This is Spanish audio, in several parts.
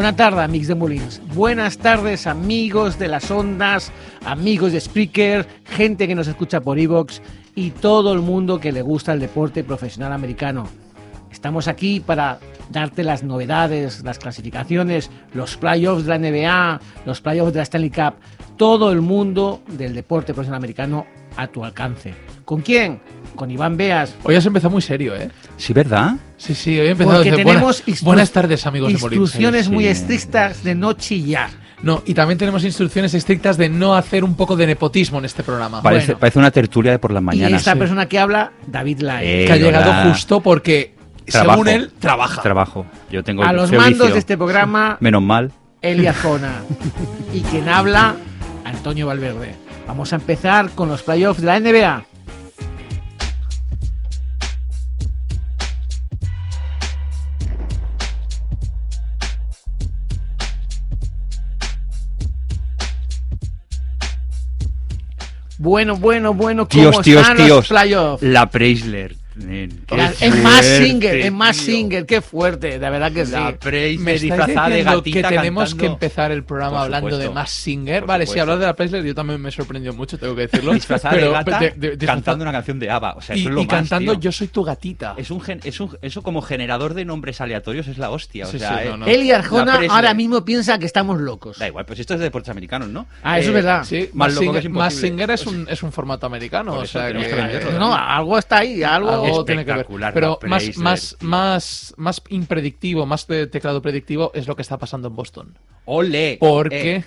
Buenas tardes, amics de Molins. Buenas tardes, amigos de las ondas, amigos de Spreaker, gente que nos escucha por iVoox y todo el mundo que le gusta el deporte profesional americano. Estamos aquí para darte las novedades, las clasificaciones, los playoffs de la NBA, los playoffs de la Stanley Cup, todo el mundo del deporte profesional americano a tu alcance. ¿Con quién? Con Iván Beas. Hoy has empezado muy serio, ¿eh? Sí, ¿verdad? Sí, hoy he empezado Porque a decir tenemos buenas tardes, amigos de Molins. instrucciones muy Sí. estrictas de no chillar. No, y también tenemos instrucciones estrictas de no hacer un poco de nepotismo en este programa. Bueno. Parece una tertulia de por las Y mañanas. esta persona que habla, David Lai. Que ha llegado hola. justo porque, Trabajo. según él, trabaja. Trabajo. Yo tengo A los feo mandos vicio. de este programa, Menos mal. Eli Azcona. Y quien habla, Antonio Valverde. Vamos a empezar con los playoffs de la NBA. Bueno, ¿cómo Tíos, están los tíos. playoffs? La Preisler. nen, qué En Mass Singer, fuerte, en Mass tío. Singer, qué fuerte, de verdad que sí. La Me Preisler estáis disfrazada de diciendo gatita que tenemos cantando. que empezar el programa Por hablando supuesto. de Mass Singer. Por Vale, sí, supuesto. hablar de la Preisler yo también me sorprendió mucho, tengo que decirlo. Disfrazada de gata disfrazada- cantando una canción de ABBA. O sea, y, eso es lo y más, cantando tío. Yo soy tu gatita. Eso como generador de nombres aleatorios es la hostia. O Sí, sea, sí, no. Eli Arjona La Preisler. ahora mismo piensa que estamos locos. Da igual, pues esto es de deportes americanos, ¿no? Ah, eso es verdad. Sí, Más Mass loco que es Singer, Mass imposible. Singer es un formato americano, Por o eso sea tenemos que... que venderlo. No, algo está ahí, algo... Algo tiene que ver. Espectacular, Pero la más Preisler, impredictivo, más de teclado predictivo es lo que está pasando en Boston. ¡Ole! Porque,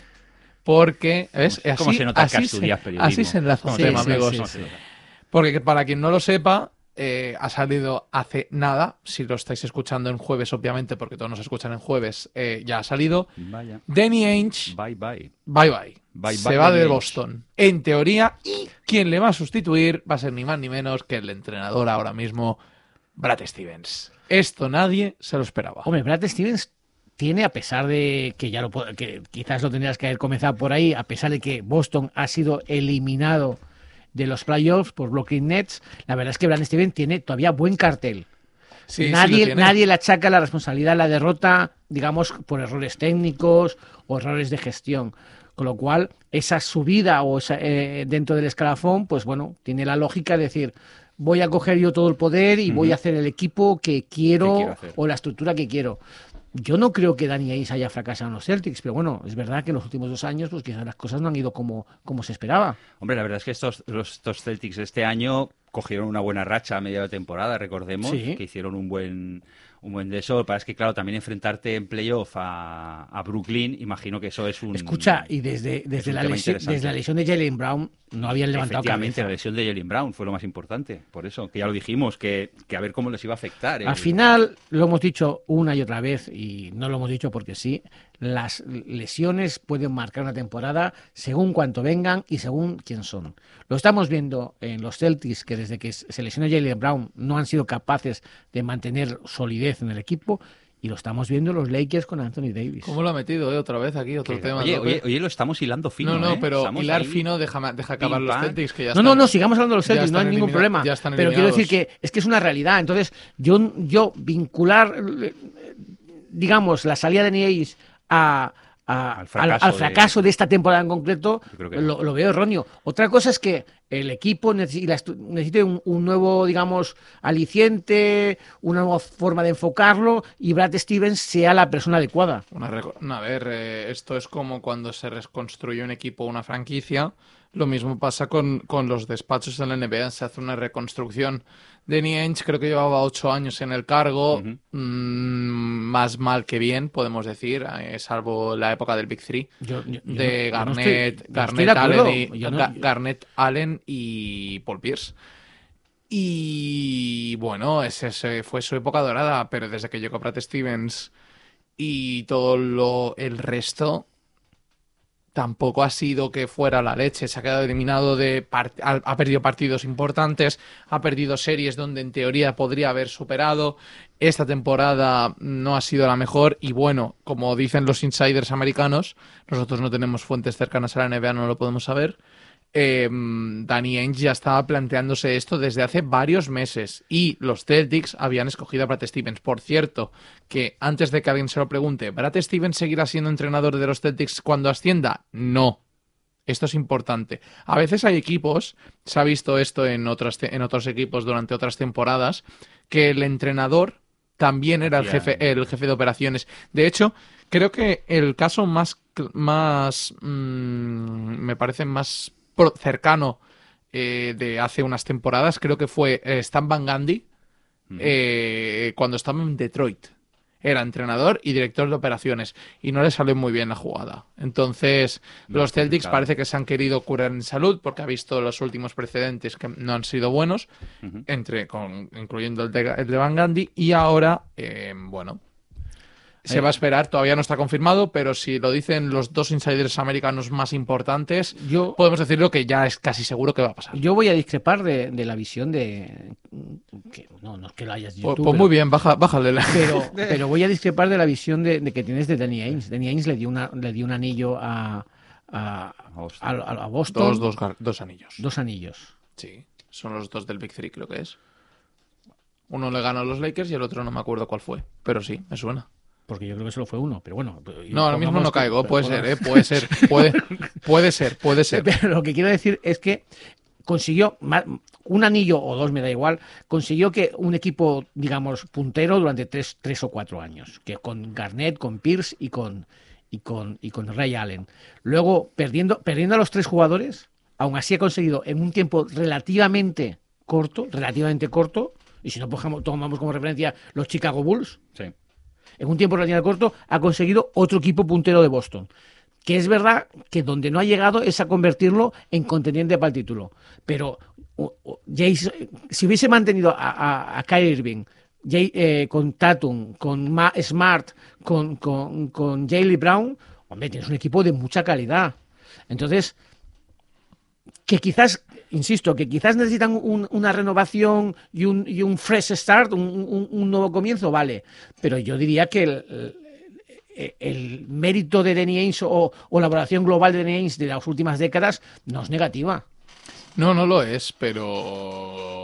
¿ves? ¿Cómo se nota que así estudias periodismo? así se enlaza un Sí, tema, sí, amigos. sí. Porque para quien no lo sepa, ha salido hace nada, si lo estáis escuchando en jueves, obviamente, porque todos nos escuchan en jueves, ya ha salido. Vaya. Danny Ainge, Bye, bye. bye. Se bye, va Danny de Ainge. Boston. En teoría, y quien le va a sustituir va a ser ni más ni menos que el entrenador ahora mismo, Brad Stevens. Esto nadie se lo esperaba. Hombre, Brad Stevens tiene, a pesar de que que quizás lo tendrías que haber comenzado por ahí, a pesar de que Boston ha sido eliminado de los playoffs por Brooklyn Nets, la verdad es que Brad Stevens tiene todavía buen cartel. Sí, sí nadie, lo tiene. nadie le achaca la responsabilidad de la derrota, digamos, por errores técnicos o errores de gestión. Con lo cual, esa subida o dentro del escalafón, pues bueno, tiene la lógica de decir, voy a coger yo todo el poder y voy a hacer el equipo que quiero hacer. o la estructura que quiero. Yo no creo que Danny Ainge haya fracasado en los Celtics, pero bueno, es verdad que en los últimos 2 años pues quizás las cosas no han ido como se esperaba. Hombre, la verdad es que estos Celtics de este año cogieron una buena racha a media de temporada, recordemos, Sí. que hicieron un buen de eso. Lo que pasa es que, claro, también enfrentarte en playoff a Brooklyn, imagino que eso es un... Escucha, y desde es un la tema lesión, interesante. desde la lesión de Jaylen Brown no habían levantado Efectivamente, cabeza. la lesión de Jaylen Brown fue lo más importante. Por eso, que ya lo dijimos, que a ver cómo les iba a afectar. Al final, lo hemos dicho una y otra vez, y no lo hemos dicho porque sí, las lesiones pueden marcar una temporada según cuánto vengan y según quién son. Lo estamos viendo en los Celtics, que desde que se lesionó Jaylen Brown no han sido capaces de mantener solidez en el equipo, y lo estamos viendo en los Lakers con Anthony Davis. ¿Cómo lo ha metido otra vez aquí? Otro tema. Oye, lo estamos hilando fino, No, pero Estamos hilar ahí. fino, deja acabar Pim, los pam. Celtics, que ya No, están. no, sigamos hablando de los ya Celtics, no hay están ningún problema. ya están Pero quiero decir eliminados. que es que es una realidad. Entonces, yo vincular, digamos, la salida de Niais al fracaso de esta temporada en concreto, Yo creo que lo veo erróneo. Otra cosa es que el equipo necesite un nuevo, digamos, aliciente, una nueva forma de enfocarlo, y Brad Stevens sea la persona adecuada. A ver, esto es como cuando se reconstruye un equipo o una franquicia. Lo mismo pasa con los despachos en la NBA, se hace una reconstrucción. Danny Ainge creo que llevaba 8 años en el cargo, más mal que bien, podemos decir, salvo la época del Big Three, de Garnett, Allen y Paul Pierce. Y bueno, ese fue su época dorada, pero desde que llegó Brad Stevens y todo el resto, tampoco ha sido que fuera la leche. Se ha quedado eliminado ha perdido partidos importantes, ha perdido series donde en teoría podría haber superado. Esta temporada no ha sido la mejor y bueno, como dicen los insiders americanos, nosotros no tenemos fuentes cercanas a la NBA, no lo podemos saber. Danny Ainge ya estaba planteándose esto desde hace varios meses y los Celtics habían escogido a Brad Stevens. Por cierto, que antes de que alguien se lo pregunte, ¿Brad Stevens seguirá siendo entrenador de los Celtics cuando ascienda? No. Esto es importante. A veces hay equipos, se ha visto esto en otros equipos durante otras temporadas, que el entrenador también era el jefe de operaciones. De hecho, creo que el caso me parece más cercano de hace unas temporadas, creo que fue Stan Van Gundy, cuando estaba en Detroit. Era entrenador y director de operaciones y no le salió muy bien la jugada. Entonces, los Celtics parece que se han querido curar en salud porque ha visto los últimos precedentes que no han sido buenos, incluyendo el de Van Gundy, y ahora, se va a esperar, todavía no está confirmado, pero si lo dicen los dos insiders americanos más importantes, podemos decirlo que ya es casi seguro que va a pasar. Yo voy a discrepar de la visión de... no es que lo hayas dicho tú, pues muy bien, bájale. Pero voy a discrepar de la visión de que tienes de Danny Ainge. Danny Ainge le dio un anillo a Boston. Dos anillos. Dos anillos. Sí, son los dos del Big Three, creo que es. Uno le ganó a los Lakers y el otro no me acuerdo cuál fue, pero sí, me suena. Porque yo creo que solo fue uno, pero bueno. No, ahora mismo no caigo, puede ser, puede ser. Pero lo que quiero decir es que consiguió un anillo o dos, me da igual, consiguió que un equipo, digamos, puntero durante tres o 4 años, que con Garnett, con Pierce y con Ray Allen. Luego, perdiendo a los 3 jugadores, aún así ha conseguido en un tiempo relativamente corto, y si no tomamos como referencia los Chicago Bulls, sí, en un tiempo relativamente corto, ha conseguido otro equipo puntero de Boston. Que es verdad que donde no ha llegado es a convertirlo en contendiente para el título. Pero si hubiese mantenido a Kyrie Irving, con Tatum, con Smart, con Jaylen Brown, hombre, tienes un equipo de mucha calidad. Entonces, que quizás necesitan una renovación y un fresh start, un nuevo comienzo, vale. Pero yo diría que el mérito de Danny Ainge o la valoración global de Danny Ainge de las últimas décadas no es negativa. No lo es, pero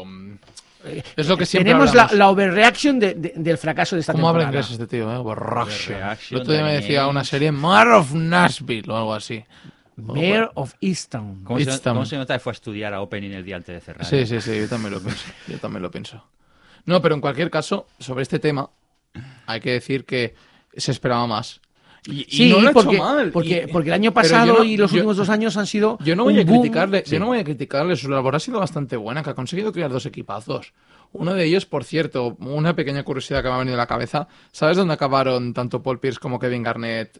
es lo que siempre tenemos hablamos. la overreaction del fracaso de esta temporada. ¿Cómo habla inglés este tío? Overreaction. El otro día me decía una serie Mayor of Nashville o algo así. Mayor of Easton. ¿Cómo se nota que fue a estudiar a Opening el día antes de cerrar? Sí, yo también lo pienso. No, pero en cualquier caso, sobre este tema, hay que decir que se esperaba más. Y no lo ha hecho mal. Porque el año pasado y los últimos 2 años han sido yo no voy a criticarle, su labor ha sido bastante buena, que ha conseguido crear 2 equipazos. Uno de ellos, por cierto, una pequeña curiosidad que me ha venido a la cabeza, ¿sabes dónde acabaron tanto Paul Pierce como Kevin Garnett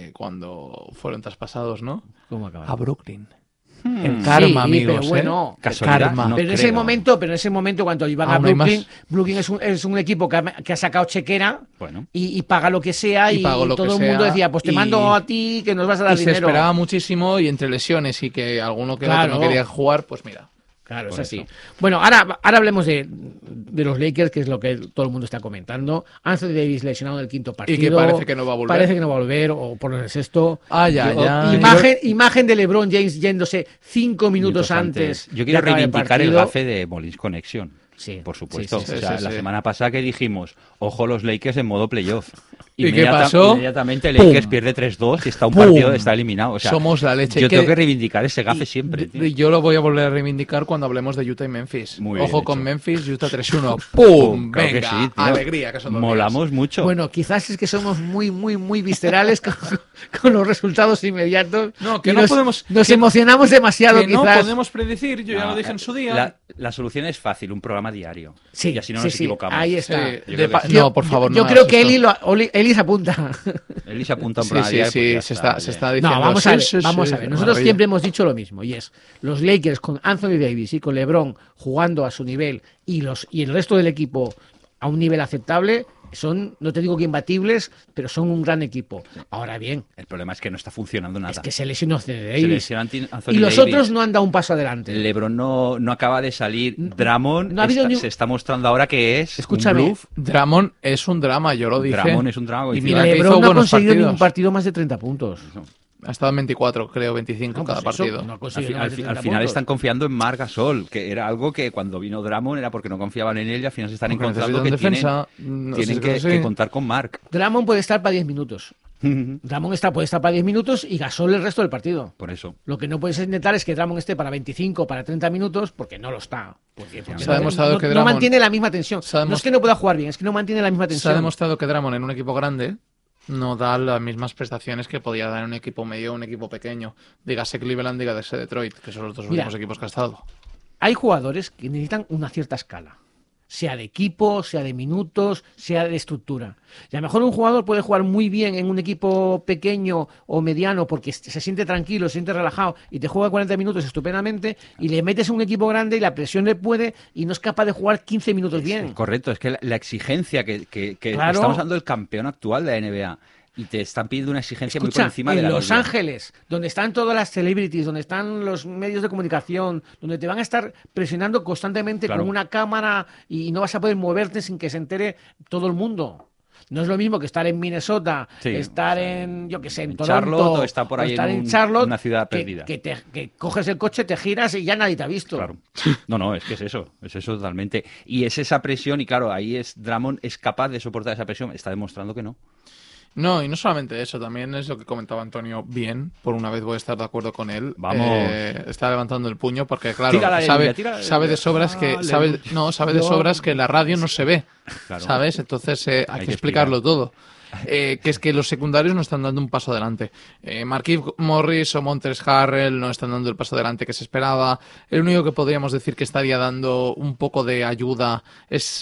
cuando fueron traspasados, no? ¿Cómo acabaron? A Brooklyn. El karma, amigos. Pero bueno, karma. Pero en ese momento cuando iban a Brooklyn es un equipo que ha sacado chequera y paga lo que sea y todo el mundo decía, pues te mando a ti que nos vas a dar dinero. Y se esperaba muchísimo y entre lesiones y que alguno que no quería jugar, pues mira. Claro, es así. Bueno, ahora hablemos de los Lakers, que es lo que todo el mundo está comentando. Anthony Davis lesionado en el 5º partido. Y que parece que no va a volver. Parece que no va a volver, o por el 6º. Imagen de LeBron James yéndose 5 minutos antes. Yo quiero reivindicar el gafe de Molins Connection. Sí, por supuesto. Sí, la semana pasada que dijimos, ojo los Lakers en modo playoff. ¿Y qué pasó? Inmediatamente Lakers pierde 3-2 y está un partido, está eliminado. O sea, somos la leche. Yo tengo que reivindicar ese gafe siempre. Y yo lo voy a volver a reivindicar cuando hablemos de Utah y Memphis. Muy bien ojo hecho. Con Memphis, Utah 3-1. ¡Pum! Claro Venga, que sí, alegría que son dos Molamos días. mucho. Bueno, quizás es que somos muy, muy, muy viscerales con los resultados inmediatos. No, que no podemos. Nos emocionamos demasiado, que quizás. No podemos predecir, yo ya lo dije en su día. La solución es fácil, un programa diario. Sí, y así no nos equivocamos. Ahí está. No, por favor, yo creo que Eli se apunta. Eli se apunta un Sí, programa diario. se está diciendo. No, vamos a ver. Nosotros siempre hemos dicho lo mismo, y es los Lakers con Anthony Davis y con LeBron jugando a su nivel y el resto del equipo a un nivel aceptable son, no te digo que imbatibles, pero son un gran equipo. Ahora bien, el problema es que no está funcionando nada. Es que se lesionó Anthony Davis. Y los otros no han dado un paso adelante. LeBron no acaba de salir. Drummond se está mostrando ahora que es Escúchame, un bluff. Drummond es un drama, yo lo dije. Drummond es un drama. Y LeBron no ha conseguido ningún partido más de 30 puntos. Ha estado en 24, creo, 25 No, cada pues eso, partido. no Al, consigue fi- más al de fi- 30 al final puntos. están confiando en Marc Gasol, que era algo que cuando vino Drummond era porque no confiaban en él y al final se están Porque encontrando necesitan que defensa. tienen, No sé tienen si que, es así. que contar con Marc. Drummond puede estar para 10 minutos. Drummond puede estar para 10 minutos y Gasol el resto del partido. Por eso. Lo que no puedes intentar es que Drummond esté para 25, para 30 minutos, porque no lo está. Porque Se ha demostrado que no Drummond- mantiene la misma tensión. se ha No es que no pueda jugar bien, es que no mantiene la misma Se ha tensión. demostrado que Drummond en un equipo grande no da las mismas prestaciones que podía dar en un equipo medio o un equipo pequeño. Dígase Cleveland, dígase Detroit, que son los dos Mira. últimos equipos que ha estado. Hay jugadores que necesitan una cierta escala. Sea de equipo, sea de minutos, sea de estructura. Y a lo mejor un jugador puede jugar muy bien en un equipo pequeño o mediano porque se siente tranquilo, se siente relajado y te juega 40 minutos estupendamente y le metes en un equipo grande y la presión le puede y no es capaz de jugar 15 minutos bien. Correcto, es que la exigencia que Claro. estamos hablando del campeón actual de la NBA y te están pidiendo una exigencia muy por Escucha, encima de en la Los media. Ángeles, donde están todas las celebrities, donde están los medios de comunicación, donde te van a estar presionando constantemente Claro. con una cámara y no vas a poder moverte sin que se entere todo el mundo. No es lo mismo que estar en Minnesota, Sí, estar o sea, en, yo qué sé, en en Toronto, Charlotte o estar por ahí estar en en Charlotte, una ciudad que- perdida. que coges el coche, te giras y ya nadie te ha visto. Claro. No, es que es eso totalmente. Y es esa presión, y claro, ahí Drummond es capaz de soportar esa presión. Está demostrando que no. No, y no solamente eso, también es lo que comentaba Antonio bien, por una vez voy a estar de acuerdo con él. Vamos. Está levantando el puño porque, claro, Tírala, sabe, Emilia, tírala, sabe de sobras que sabe de sobras que la radio no se ve, Claro. ¿sabes? Entonces hay que que explicarlo todo. Que es que los secundarios no están dando un paso adelante. Markieff Morris o Montrezl Harrell no están dando el paso adelante que se esperaba. El único que podríamos decir que estaría dando un poco de ayuda es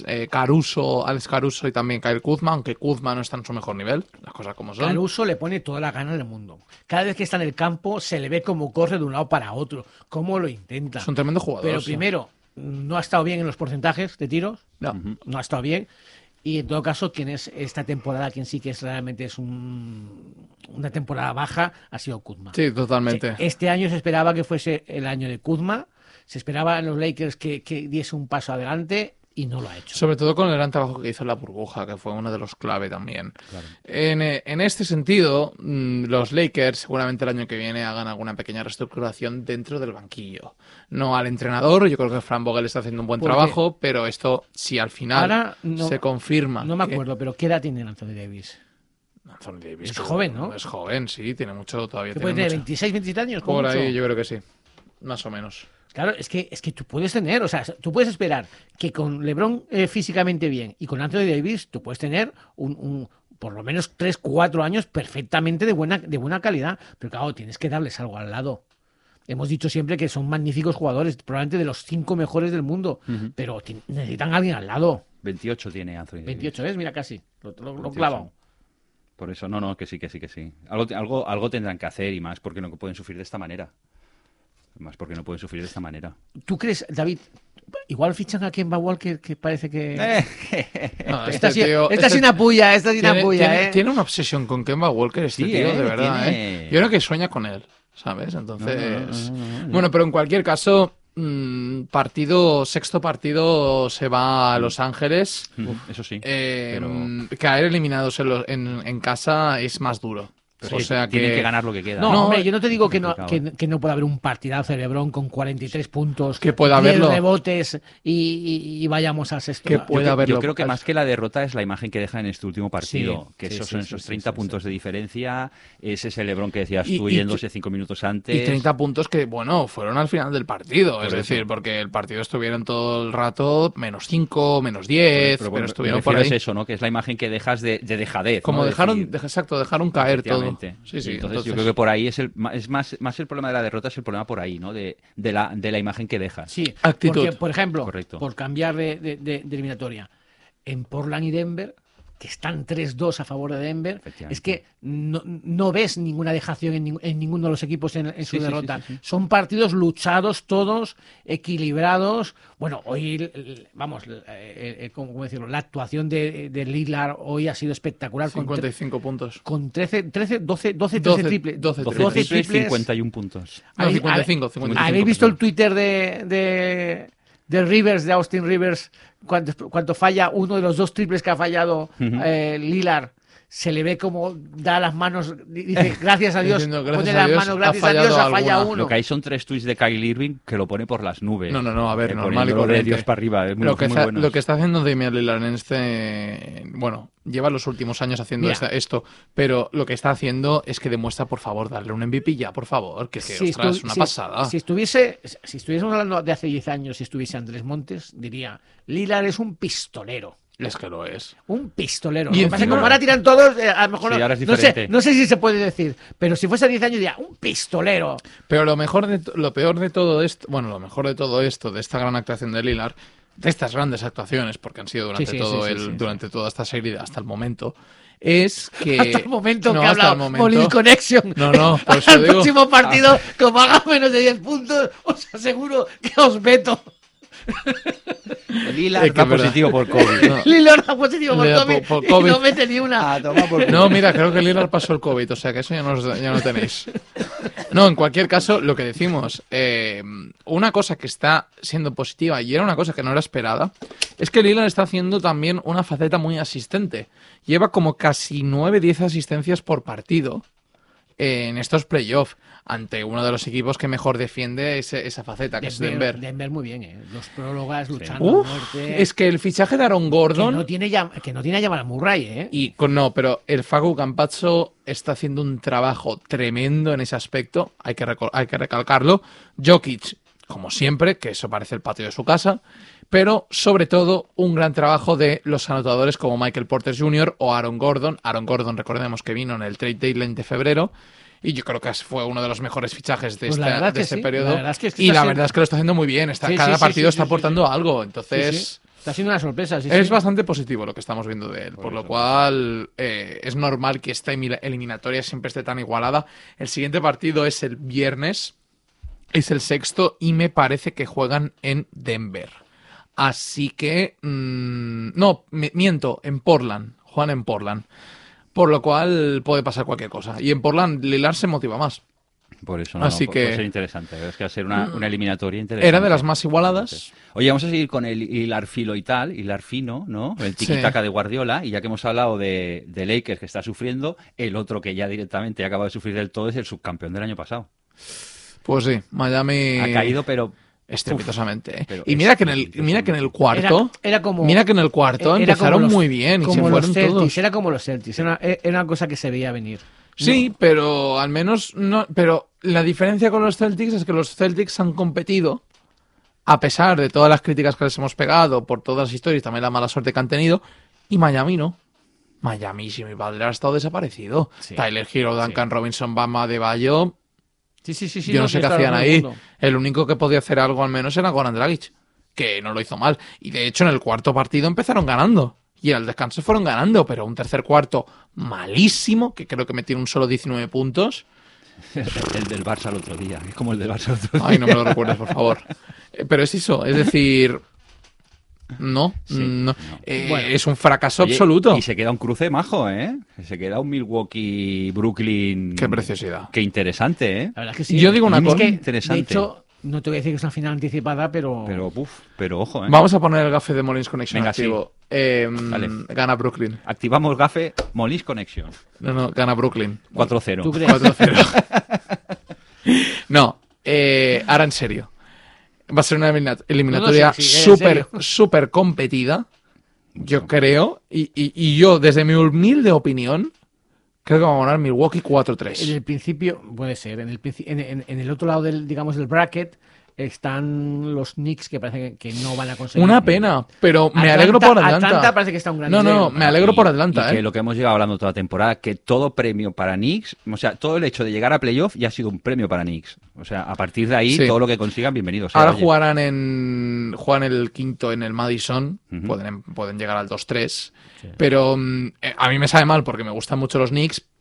Alex Caruso y también Kyle Kuzma, aunque Kuzma no está en su mejor nivel, las cosas como son. Caruso le pone toda la gana del mundo. Cada vez que está en el campo se le ve como corre de un lado para otro, cómo lo intenta. Es un tremendo jugador. Pero sí. primero, no ha estado bien en los porcentajes de tiros, No. no ha estado bien. Y en todo caso, quien es esta temporada, quien sí que es realmente es una temporada baja, ha sido Kuzma. Sí, totalmente. Este año se esperaba que fuese el año de Kuzma, se esperaba en los Lakers que diese un paso adelante y no lo ha hecho. Sobre todo con el gran trabajo que hizo en la burbuja, que fue uno de los clave también. En este sentido, los Lakers seguramente el año que viene hagan alguna pequeña reestructuración dentro del banquillo. No al entrenador, yo creo que Frank Vogel está haciendo un buen Porque trabajo, pero esto, si al final ahora no- se confirma... No me que- acuerdo, pero ¿qué edad tiene Anthony Davis? Anthony Davis, Es que joven, ¿no? Es joven, sí, tiene mucho todavía. ¿Qué Tiene puede tener? mucho. 26, 27 años. como Por mucho. ahí yo creo que sí, más o menos. Claro, es que tú puedes tener, o sea, tú puedes esperar que con LeBron físicamente bien y con Anthony Davis tú puedes tener por lo menos 3, 4 años perfectamente de buena calidad, pero claro, tienes que darles algo al lado. Hemos dicho siempre que son magníficos jugadores, probablemente de los 5 mejores del mundo, pero necesitan a alguien al lado. 28 tiene Anthony Davis. 28, ¿ves? Mira, casi, lo 28. clavado. Por eso, no, que sí. Algo tendrán que hacer y más porque no pueden sufrir de esta manera. ¿Tú crees, David, igual fichan a Kemba Walker que parece que... No, Esta sí tío- es una puya, tiene, ¿eh? tiene una obsesión con Kemba Walker este Sí, tío, de verdad, tiene- Yo creo que sueña con él, ¿sabes? Entonces... No. Bueno, pero en cualquier caso, sexto partido se va a Los Ángeles. Eso sí. Pero... pero Caer eliminados en casa es más duro. pero o sí, sea tienen que... que ganar lo que queda. No, No, hombre, yo no te digo que complicado. que no pueda haber un partidazo de LeBron con 43 puntos, Que pueda 10 haberlo. rebotes y vayamos al sexto. Que puede haberlo. Yo creo que más que la derrota es la imagen que deja en este último partido. Sí, que sí, esos sí, son sí, esos sí, 30 sí, puntos sí. de diferencia. Ese es el LeBron que decías Y- tú y- yéndose 5 minutos antes. Y 30 puntos que, bueno, fueron al final del partido. Es Por decir, eso. porque el partido estuvieron todo el rato -5, -10, pero, bueno, estuvieron me por refiero ahí. es eso, ¿no? Que es la imagen que dejas de dejadez. Como ¿no? dejaron, Decir, dejaron caer todo. efectivamente. Sí, sí. Entonces, yo creo que por ahí es más el problema de la derrota, es el problema por ahí, ¿no? De la imagen que dejas. Sí, Actitud. porque, por ejemplo, Correcto. por cambiar de eliminatoria, en Portland y Denver, que están 3-2 a favor de Denver, Efectivamente. es que no ves ninguna dejación en ninguno de los equipos en su Sí, sí, derrota. sí. Son partidos luchados todos, equilibrados. Bueno, hoy, vamos, ¿cómo decirlo? La actuación de Lillard hoy ha sido espectacular. 55 puntos. Con 12 triples. 12 12 triples, triples. 51 puntos. No, 55. ¿Habéis visto el Twitter de Rivers, de Austin Rivers, cuando falla uno de los 2 triples que ha fallado Lillard? se le ve como da las manos, dice gracias a Dios, Diciendo, gracias pone a las Dios, manos, ha gracias a Dios, fallado ha fallado alguna. uno. Lo que hay son 3 tweets de Kyrie Irving que lo pone por las nubes. No, a ver, normal y poniéndolo de corriente. Dios para arriba. Es muy, Lo que, muy bueno. lo que está haciendo Damian Lillard en bueno, lleva los últimos años haciendo Mira. esto, pero lo que está haciendo es que demuestra, por favor, darle un MVP ya, por favor, que ostras, es una pasada. Si estuviésemos hablando de hace 10 años, si estuviese Andrés Montes, diría, Lillard es un pistolero. Es que lo es. Un pistolero. Y Lo que pasa es que encima- como ahora tiran todos, a lo mejor Sí, ahora es no sé, diferente. no sé si se puede decir, pero si fuese 10 años diría, un pistolero. Pero lo peor de todo esto, bueno, lo mejor de todo esto, de esta gran actuación de Lillard, de estas grandes actuaciones, porque han sido durante Sí, durante toda esta serie hasta el momento, es que Hasta el momento no, que ha hasta el hablado momento- Molins Connection. No, por eso Al digo. próximo partido, como haga menos de 10 puntos, os aseguro que os veto. Lillard Es que da es verdad. positivo por COVID. No. Lillard da positivo por Lillard COVID, por y COVID. no mete ni una. Toma por No, mira, creo que Lillard pasó el COVID, o sea que eso ya no tenéis. No, en cualquier caso, lo que decimos, una cosa que está siendo positiva y era una cosa que no era esperada, es que Lillard está haciendo también una faceta muy asistente. Lleva como casi 9-10 asistencias por partido en estos playoffs ante uno de los equipos que mejor defiende esa faceta, que es Denver. Denver muy bien, ¿eh? Los prólogas luchando a muerte. Es que el fichaje de Aaron que Gordon... no tiene a Jamal Murray, ¿eh? No, pero el Facu Campazzo está haciendo un trabajo tremendo en ese aspecto, hay que recalcarlo. Jokic, como siempre, que eso parece el patio de su casa, pero sobre todo un gran trabajo de los anotadores como Michael Porter Jr. o Aaron Gordon. Aaron Gordon, recordemos que vino en el trade deadline de febrero, y yo creo que fue uno de los mejores fichajes de, Pues la verdad que este sí, periodo. la verdad es que Y la verdad es que lo está haciendo muy bien. Sí, Cada sí, partido sí, está sí, aportando sí. algo. Sí, Entonces, sí. Está siendo una sorpresa. Sí, es sí. bastante positivo lo que estamos viendo de él. Por lo cual, es normal que esta eliminatoria siempre esté tan igualada. El siguiente partido es el viernes. Es el sexto y me parece que juegan en Denver. Así que... no, miento, en Portland. Juegan en Portland. Por lo cual puede pasar cualquier cosa. Y en Portland Lillard se motiva más. Por eso Así puede que- ser interesante. Es que va a ser una eliminatoria interesante. Era de las más igualadas. Oye, vamos a seguir con el hilar filo y tal, hilar fino, ¿no? El tiki-taka de Guardiola. Y ya que hemos hablado de Lakers, que está sufriendo, el otro que ya directamente ha acabado de sufrir del todo es el subcampeón del año pasado. Pues sí, Miami... Ha caído, pero estrepitosamente. Pero Y mira que en el cuarto... Era como, Mira que en el cuarto era empezaron como los- muy bien y se como los fueron Celtics, todos. Era como los Celtics. Era una cosa que se veía venir. Sí, pero al menos no. Pero la diferencia con los Celtics es que los Celtics han competido, a pesar de todas las críticas que les hemos pegado, por todas las historias y también la mala suerte que han tenido, y Miami no. Miami, si mi padre ha estado desaparecido. Sí. Tyler Hero, Duncan Robinson, Bama de Bayo. Sí. Yo no sé qué hacían ahí. El único que podía hacer algo al menos era Goran Dragic, que no lo hizo mal. Y de hecho en el cuarto partido empezaron ganando. Y al descanso fueron ganando, pero un tercer cuarto malísimo, que creo que metieron solo 19 puntos. el del Barça el otro día. Es como el del Barça el otro día. Ay, no me lo recuerdes, por favor. Pero es eso, es decir... No, Sí, no. no. Bueno. Es un fracaso Oye, absoluto. Y se queda un cruce majo, ¿eh? Se queda un Milwaukee-Brooklyn. Qué preciosidad. Qué interesante, ¿eh? La verdad es que sí. Yo digo una Es cosa que, interesante. De hecho, no te voy a decir que es una final anticipada, pero... Pero ojo, ¿eh? Vamos a poner el gafe de Molins Connection Venga, activo. Dale. Gana Brooklyn. Activamos gafe Molins Connection. No, gana Brooklyn. 4-0. ¿Tú crees? 4-0. No, ahora en serio. Va a ser una eliminatoria No, sí, en serio. súper competida. Yo creo. Y yo, desde mi humilde opinión, creo que va a ganar Milwaukee En 4-3. el principio, puede ser, en el otro lado del bracket están los Knicks que parece que no van a conseguir. Una pena, pero me alegro por Atlanta. Atlanta parece que está un gran No, nivel. me alegro por Y Atlanta, que lo que hemos llegado hablando toda la temporada, que todo premio para Knicks, o sea, todo el hecho de llegar a playoff ya ha sido un premio para Knicks. O sea, a partir de ahí, Sí. todo lo que consigan, bienvenido sea. Ahora Oye. juegan el quinto en el Madison, Ujú. pueden llegar al 2-3, pero a mí me sabe mal porque me gustan mucho los Knicks,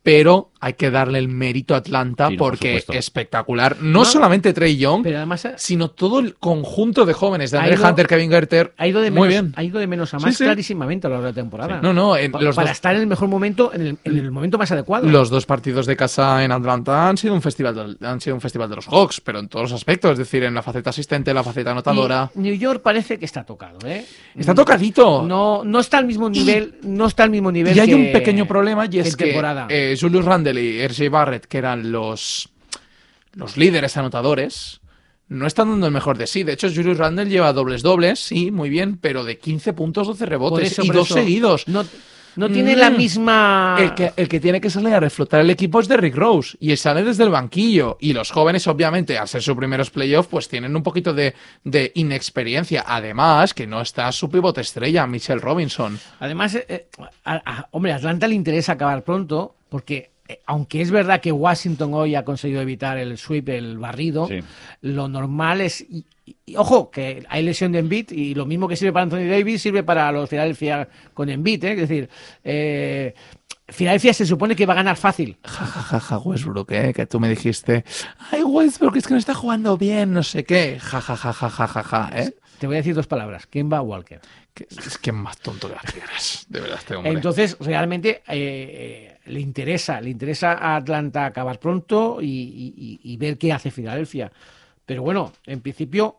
pero hay que darle el mérito a Atlanta Sí, no, por porque supuesto. espectacular. No solamente Trae Young, Pero además sino todo el conjunto de jóvenes de Ha Andre ido- Hunter, Kevin Gerter. ha ido de Muy menos, bien. ha ido de menos a Sí, más sí. clarísimamente a lo largo de la temporada. No, no, los para dos- estar en el mejor momento, en el momento más adecuado. Los 2 partidos de casa en Atlanta han sido un festival de los Hawks, pero en todos los aspectos, es decir, en la faceta asistente, en la faceta anotadora. Y New York parece que está tocado, ¿eh? Está tocadito. No está al mismo nivel, no está al mismo nivel. Y hay que- un pequeño problema, y que es en que temporada. Julius Randle y R.J. Barrett, que eran los líderes anotadores, no están dando el mejor de sí. De hecho, Julius Randle lleva dobles, sí, muy bien, pero de 15 puntos, 12 Por rebotes eso, y por 2 eso, seguidos. No tiene la misma. El que tiene que salir a reflotar el equipo es Derrick Rose, y sale desde el banquillo. Y los jóvenes, obviamente, al ser sus primeros playoffs, pues tienen un poquito de inexperiencia. Además, que no está su pivote estrella, Mitchell Robinson. Además, hombre, a Atlanta le interesa acabar pronto porque, aunque es verdad que Washington hoy ha conseguido evitar el sweep, el barrido, Sí. lo normal es... y ojo, que hay lesión de Embiid y lo mismo que sirve para Anthony Davis sirve para los Philadelphia con Embiid, ¿eh? Es decir, Philadelphia se supone que va a ganar fácil. Jajaja, Westbrook, que tú me dijiste, ay, Westbrook, es que no está jugando bien, no sé qué. Jajajajajaja, Te voy a decir dos palabras. Kemba Walker. Es que más tonto que eres, de verdad, este hombre. Entonces, realmente le interesa a Atlanta acabar pronto y ver qué hace Filadelfia. Pero bueno, en principio,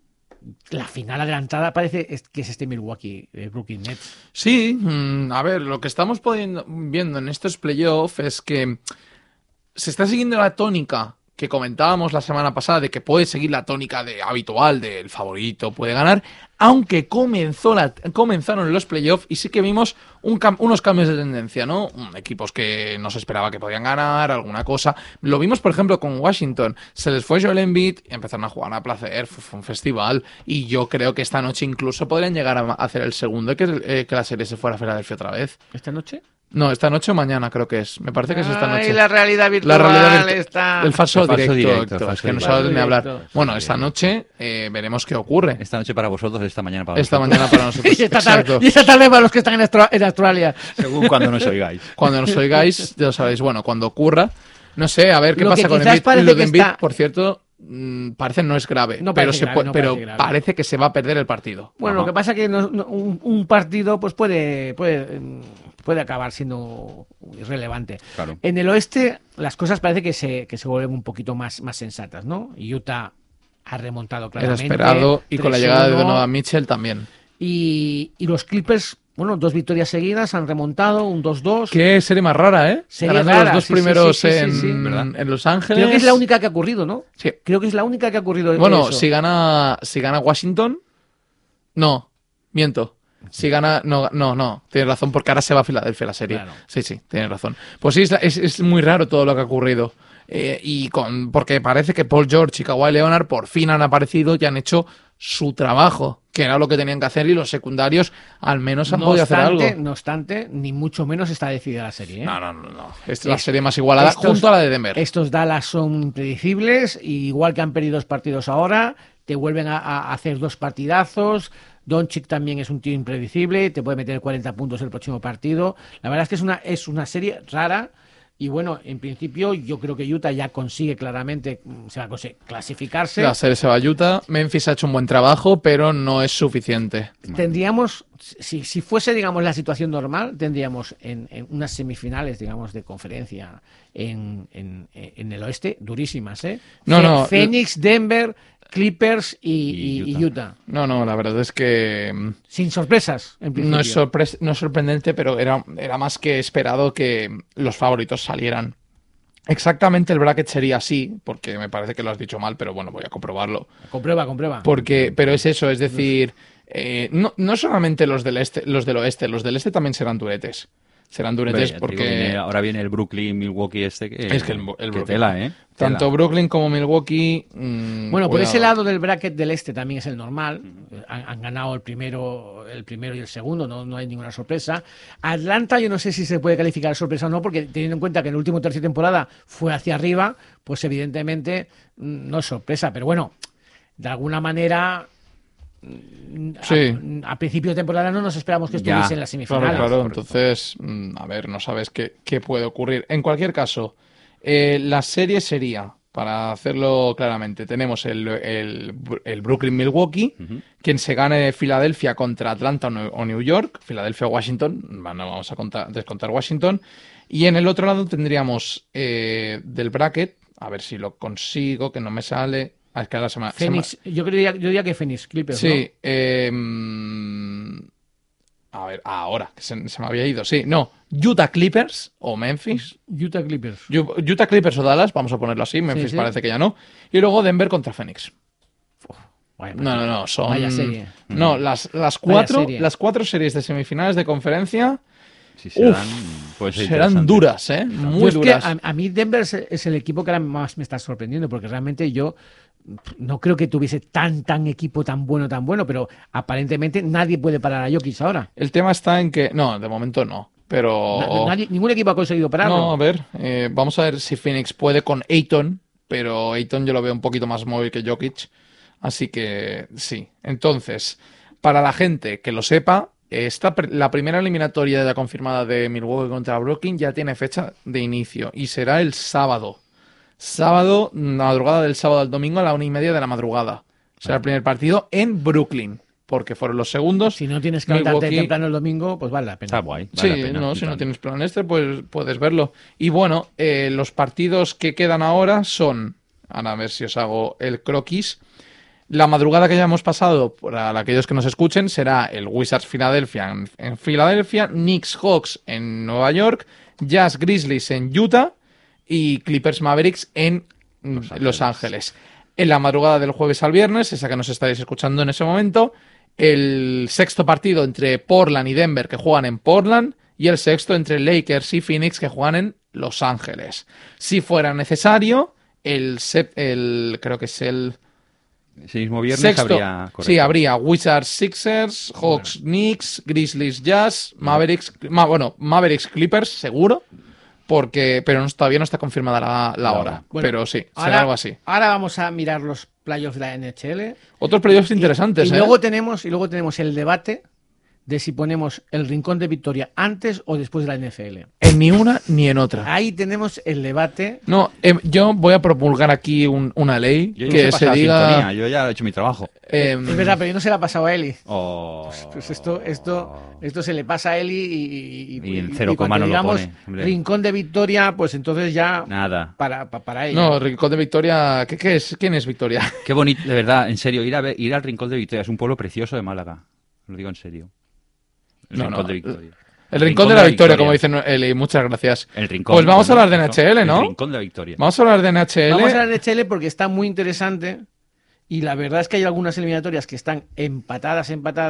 la final adelantada parece que es este Milwaukee, Brooklyn Nets. Sí, a ver, lo que estamos viendo en estos playoffs es que se está siguiendo la tónica que comentábamos la semana pasada, de que puede seguir la tónica habitual del favorito, puede ganar, aunque comenzaron los playoffs y sí que vimos unos cambios de tendencia, ¿no? Equipos que no se esperaba que podían ganar, alguna cosa. Lo vimos, por ejemplo, con Washington. Se les fue Joel Embiid y empezaron a jugar a placer, fue un festival, y yo creo que esta noche incluso podrían llegar a hacer el segundo y que la serie se fuera a Filadelfia otra vez. ¿Esta noche? No, esta noche o mañana creo que es. Me parece que es esta noche. La realidad virtual está... El falso El falso directo, directo, Héctor, el es que no falso sabes ni hablar. directo. Bueno, esta noche veremos qué ocurre. Esta noche para vosotros, esta mañana para Esta nosotros. mañana para nosotros. y Exacto. esta tarde para los que están en Australia. Según cuando nos oigáis. Cuando nos oigáis, ya lo sabéis. Bueno, cuando ocurra, no sé, a ver qué Lo pasa que con quizás Embiid. parece Lo de que Embiid, está- por cierto, parece no es grave, No pero, parece grave, no pero parece grave. parece que se va a perder el partido. Bueno, Ajá. lo que pasa es que un partido pues puede acabar siendo irrelevante. Claro. En el oeste las cosas parece que se vuelven un poquito más sensatas, ¿no? Utah ha remontado Era claramente. esperado, y con la 3-1, llegada de Donovan Mitchell también. y los Clippers, bueno, 2 victorias seguidas, han remontado, un 2-2. Qué serie más rara, ¿eh? Serie Ganando rara, los dos sí, primeros sí, sí. ¿Verdad? en Los Ángeles. Creo que es la única que ha ocurrido, ¿no? Sí. Creo que es la única que ha ocurrido. Bueno, eso. si gana Washington, no, miento. Si gana, no, tienes razón, porque ahora se va a Filadelfia la serie. Claro. Sí, tienes razón. Pues sí, es muy raro todo lo que ha ocurrido. Porque parece que Paul George y Kawhi Leonard por fin han aparecido y han hecho su trabajo, que era lo que tenían que hacer, y los secundarios al menos han podido hacer algo. No obstante, ni mucho menos está decidida la serie. ¿eh? No. Es la serie más igualada junto a la de Denver. Estos Dallas son impredecibles, y igual que han perdido 2 partidos ahora, te vuelven a hacer 2 partidazos. Doncic también es un tío impredecible, te puede meter 40 puntos el próximo partido. La verdad es que es una serie rara. Y bueno, en principio yo creo que Utah ya consigue claramente clasificarse. La serie se va a Utah. Memphis ha hecho un buen trabajo, pero no es suficiente. Tendríamos, si fuese, digamos, la situación normal, tendríamos en unas semifinales, digamos, de conferencia en el oeste, durísimas, ¿eh? Phoenix, Denver, Clippers y Utah. No, la verdad es que Sin sorpresas, en principio. no es sorprendente, pero era más que esperado que los favoritos salieran. Exactamente el bracket sería así, porque me parece que lo has dicho mal, pero bueno, voy a comprobarlo. Comprueba. Pero es eso, es decir, no solamente los del oeste, los del este también serán duretes. Serán duretes Hombre, porque ahora viene el Brooklyn, Milwaukee es que el que Brooklyn, tela, ¿eh? tanto Brooklyn como Milwaukee. Bueno, por cuidado. ese lado del bracket del este también es el normal. Han ganado el primero y el segundo, no hay ninguna sorpresa. Atlanta, yo no sé si se puede calificar de sorpresa o no, porque teniendo en cuenta que en el último tercio de temporada fue hacia arriba, pues evidentemente no es sorpresa. Pero bueno, de alguna manera Sí. A principio de temporada no nos esperamos que estuviese en las semifinales. Claro. Entonces, a ver, no sabes qué puede ocurrir. En cualquier caso, la serie sería, para hacerlo claramente, tenemos el Brooklyn-Milwaukee, quien se gane Filadelfia contra Atlanta o New York, Filadelfia-Washington, no vamos a descontar Washington, y en el otro lado tendríamos del bracket, a ver si lo consigo, que no me sale. Es que ahora Phoenix, yo diría que Phoenix Clippers, sí, ¿no? a ver, ahora, que se me había ido, sí, no, Utah Clippers o Memphis. Utah Clippers. Utah Clippers o Dallas, vamos a ponerlo así, Memphis Sí. parece que ya no. Y luego Denver contra Phoenix. Vaya, No, son... Vaya serie. No, las cuatro series de semifinales de conferencia Sí, serán, puede ser serán interesantes. duras, ¿eh? Yo Muy es duras. que a mí Denver es el equipo que ahora más me está sorprendiendo, porque realmente yo no creo que tuviese tan equipo tan bueno, pero aparentemente nadie puede parar a Jokic ahora. El tema está en que... No, de momento no. Pero... Ningún equipo ha conseguido pararlo. No, a ver, vamos a ver si Phoenix puede con Ayton, pero Ayton yo lo veo un poquito más móvil que Jokic, así que sí. Entonces, para la gente que lo sepa, la primera eliminatoria ya confirmada de Milwaukee contra Brooklyn ya tiene fecha de inicio y será el sábado. Madrugada del sábado al domingo a la 1:30 de la madrugada. Será el primer partido en Brooklyn, porque fueron los segundos. Si no tienes que levantarte Milwaukee- temprano el domingo, pues vale la pena. Está guay. Sí, vale la pena, si total. no tienes plan pues puedes verlo. Y bueno, los partidos que quedan ahora son, ahora a ver si os hago el croquis. La madrugada que ya hemos pasado, para aquellos que nos escuchen, será el Wizards Philadelphia en Filadelfia, Knicks Hawks en Nueva York, Jazz Grizzlies en Utah y Clippers Mavericks en Los Ángeles. En la madrugada del jueves al viernes, esa que nos estáis escuchando en ese momento, el sexto partido entre Portland y Denver, que juegan en Portland, y el sexto entre Lakers y Phoenix, que juegan en Los Ángeles. Si fuera necesario, creo que es el Ese mismo viernes sexto. habría... Sí, correcto. habría Wizards Sixers, Hawks Knicks, Grizzlies Jazz, Mavericks Clippers, seguro, pero todavía no está confirmada la hora. Bueno, pero sí, será ahora, algo así. Ahora vamos a mirar los playoffs de la NHL. Otros playoffs interesantes, Y ¿eh? luego tenemos el debate de si ponemos el Rincón de Victoria antes o después de la NFL. En ni una ni en otra. Ahí tenemos el debate. No, yo voy a promulgar aquí una ley Yo ya que he se pasado la diga... sintonía, yo ya he hecho mi trabajo. Es verdad, pero yo no se la ha pasado a Eli. Oh. Pues esto se le pasa a Eli Y en 0, cuando no lo digamos pone, hombre. Rincón de Victoria, pues entonces ya Nada. para ella. No, Rincón de Victoria... ¿Qué es? ¿Quién es Victoria? Qué bonito, de verdad, en serio, ir al Rincón de Victoria. Es un pueblo precioso de Málaga. Lo digo en serio. El No, Rincón no. de Victoria. El Rincón de la Victoria, como dicen Eli. Muchas gracias. El Rincón. Pues vamos a bueno, hablar de NHL, ¿no? El Rincón de la Victoria. Vamos a hablar de NHL. Vamos a hablar de NHL porque está muy interesante y la verdad es que hay algunas eliminatorias que están empatadas,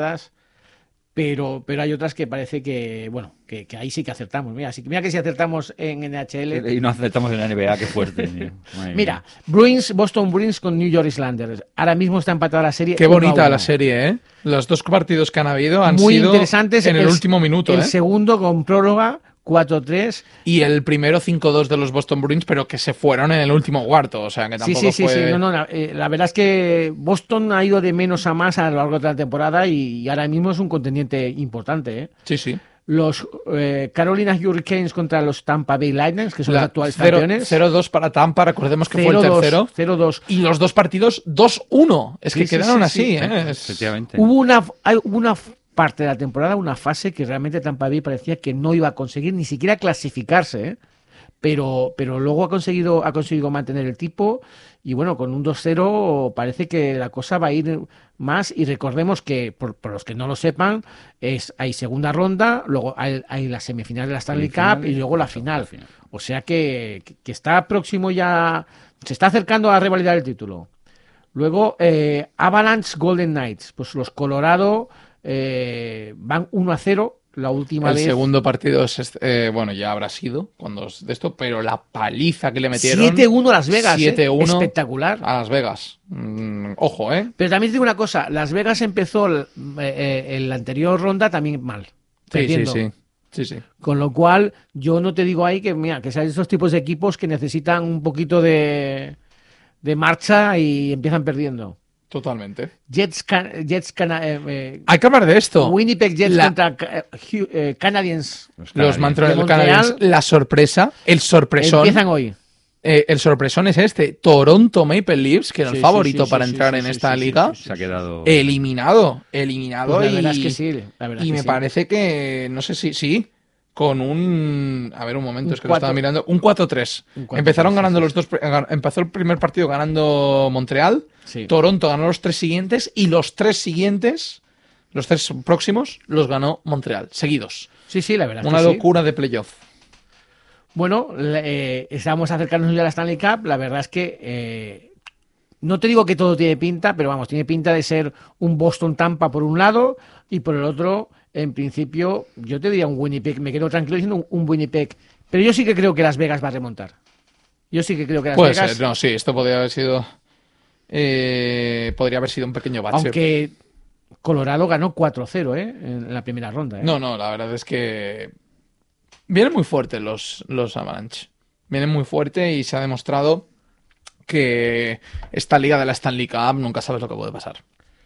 pero hay otras que parece que, bueno, que ahí sí que acertamos. Mira que si acertamos en NHL. Y no aceptamos en la NBA, qué fuerte. Tío. Madre Mira, mía. Boston Bruins con New York Islanders. Ahora mismo está empatada la serie. Qué 1-1. bonita la serie, ¿eh? Los dos partidos que han habido han Muy sido interesantes. en el último minuto, El ¿eh? segundo con prórroga, 4-3. Y el primero 5-2 de los Boston Bruins, pero que se fueron en el último cuarto, o sea que Sí, tampoco sí. fue... No, la verdad es que Boston ha ido de menos a más a lo largo de la temporada y ahora mismo es un contendiente importante, ¿eh? Sí. Los Carolina Hurricanes contra los Tampa Bay Lightning, que son los actuales 0 campeones. 0-2 para Tampa, recordemos que fue el 0-2, tercero. 0-2. Y los dos partidos 2-1. Es que Sí, quedaron sí, así, sí. ¿eh? Efectivamente. Hubo una parte de la temporada, una fase que realmente Tampa Bay parecía que no iba a conseguir ni siquiera clasificarse, ¿eh? Pero luego ha conseguido mantener el tipo y bueno, con un 2-0 parece que la cosa va a ir más y recordemos que, por los que no lo sepan, hay segunda ronda, luego hay la semifinal de la Stanley Cup y luego la final. O sea que está próximo ya, se está acercando a revalidar el título. Luego, Avalanche Golden Knights, pues los Colorado van 1-0. La última El vez. segundo partido es, bueno, ya habrá sido cuando de esto, pero la paliza que le metieron. 7-1 a Las Vegas. 7-1 espectacular. a Las Vegas. Ojo, ¿eh? Pero también te digo una cosa, Las Vegas empezó en la anterior ronda también mal. Perdiendo. Sí. Con lo cual, yo no te digo ahí que, mira, que sean esos tipos de equipos que necesitan un poquito de marcha y empiezan perdiendo. Totalmente. Hay que hablar de esto. Winnipeg Jets contra Canadiens. Los Montreal Montreal. Canadiens. La sorpresa, el sorpresón. Empiezan hoy. El sorpresón es este. Toronto Maple Leafs, que era el favorito para entrar en esta liga. Se ha quedado eliminado. Pues la verdad es que sí. Y me parece que, no sé si sí, con un... A ver, un momento, es que lo estaba mirando. Un 4-3. Empezaron ganando los dos... Empezó el primer partido ganando Montreal. Sí. Toronto ganó los 3 siguientes y los 3 siguientes, los 3 próximos, los ganó Montreal, seguidos. Sí, la verdad. Una locura de playoff. Bueno, estamos acercándonos ya a la Stanley Cup. La verdad es que no te digo que todo tiene pinta, pero vamos, tiene pinta de ser un Boston-Tampa por un lado y por el otro, en principio, yo te diría un Winnipeg. Me quedo tranquilo diciendo un Winnipeg. Pero yo sí que creo que Las Vegas va a remontar. Yo sí que creo que Las Vegas... Puede ser, no, sí, esto podría haber sido... podría haber sido un pequeño bache. Aunque Colorado ganó 4-0 en la primera ronda. No, la verdad es que vienen muy fuertes los Avalanche. Vienen muy fuerte y se ha demostrado que esta liga de la Stanley Cup nunca sabes lo que puede pasar.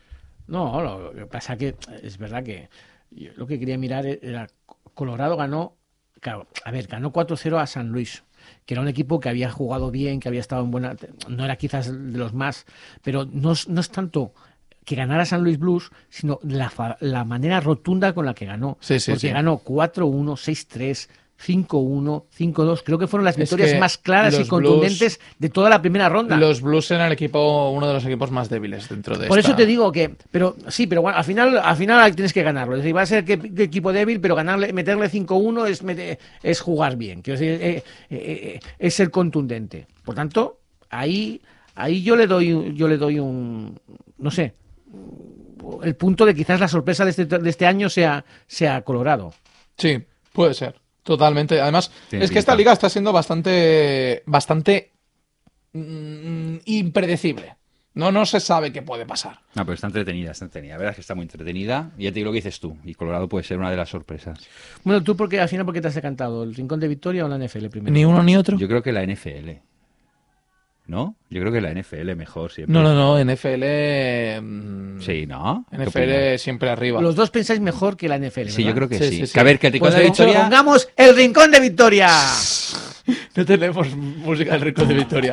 No, lo que pasa que es verdad que yo lo que quería mirar era Colorado ganó 4-0 a San Luis, que era un equipo que había jugado bien, que había estado en buena... No era quizás de los más, pero no es tanto que ganara San Luis Blues, sino la manera rotunda con la que ganó. Porque ganó 4-1, 6-3, 5-1, 5-2. Creo que fueron las victorias más claras y contundentes de toda la primera ronda. Los Blues eran uno de los equipos más débiles dentro de Por eso te digo que... Pero bueno, al final tienes que ganarlo. Es decir, va a ser que equipo débil, pero meterle 5-1 es jugar bien. Quiero decir, es ser contundente. Por tanto, ahí yo le doy un... No sé, el punto de quizás la sorpresa de este año sea Colorado. Sí, puede ser. Totalmente. Además, es que esta liga está siendo bastante impredecible. No se sabe qué puede pasar. No, pero está entretenida. La verdad es que está muy entretenida. Y ya te digo lo que dices tú. Y Colorado puede ser una de las sorpresas. Bueno, ¿tú al final por qué te has decantado? ¿El Rincón de Victoria o la NFL primero? Ni uno ni otro. Yo creo que la NFL. ¿No? Yo creo que la NFL mejor siempre. No, NFL... Sí, ¿no? NFL siempre arriba. Los dos pensáis mejor que la NFL, ¿verdad? Sí, yo creo que sí. Sí. Que a ver, que el Rincón de Victoria... ¡Pongamos el Rincón de Victoria! No tenemos música del Rincón de Victoria.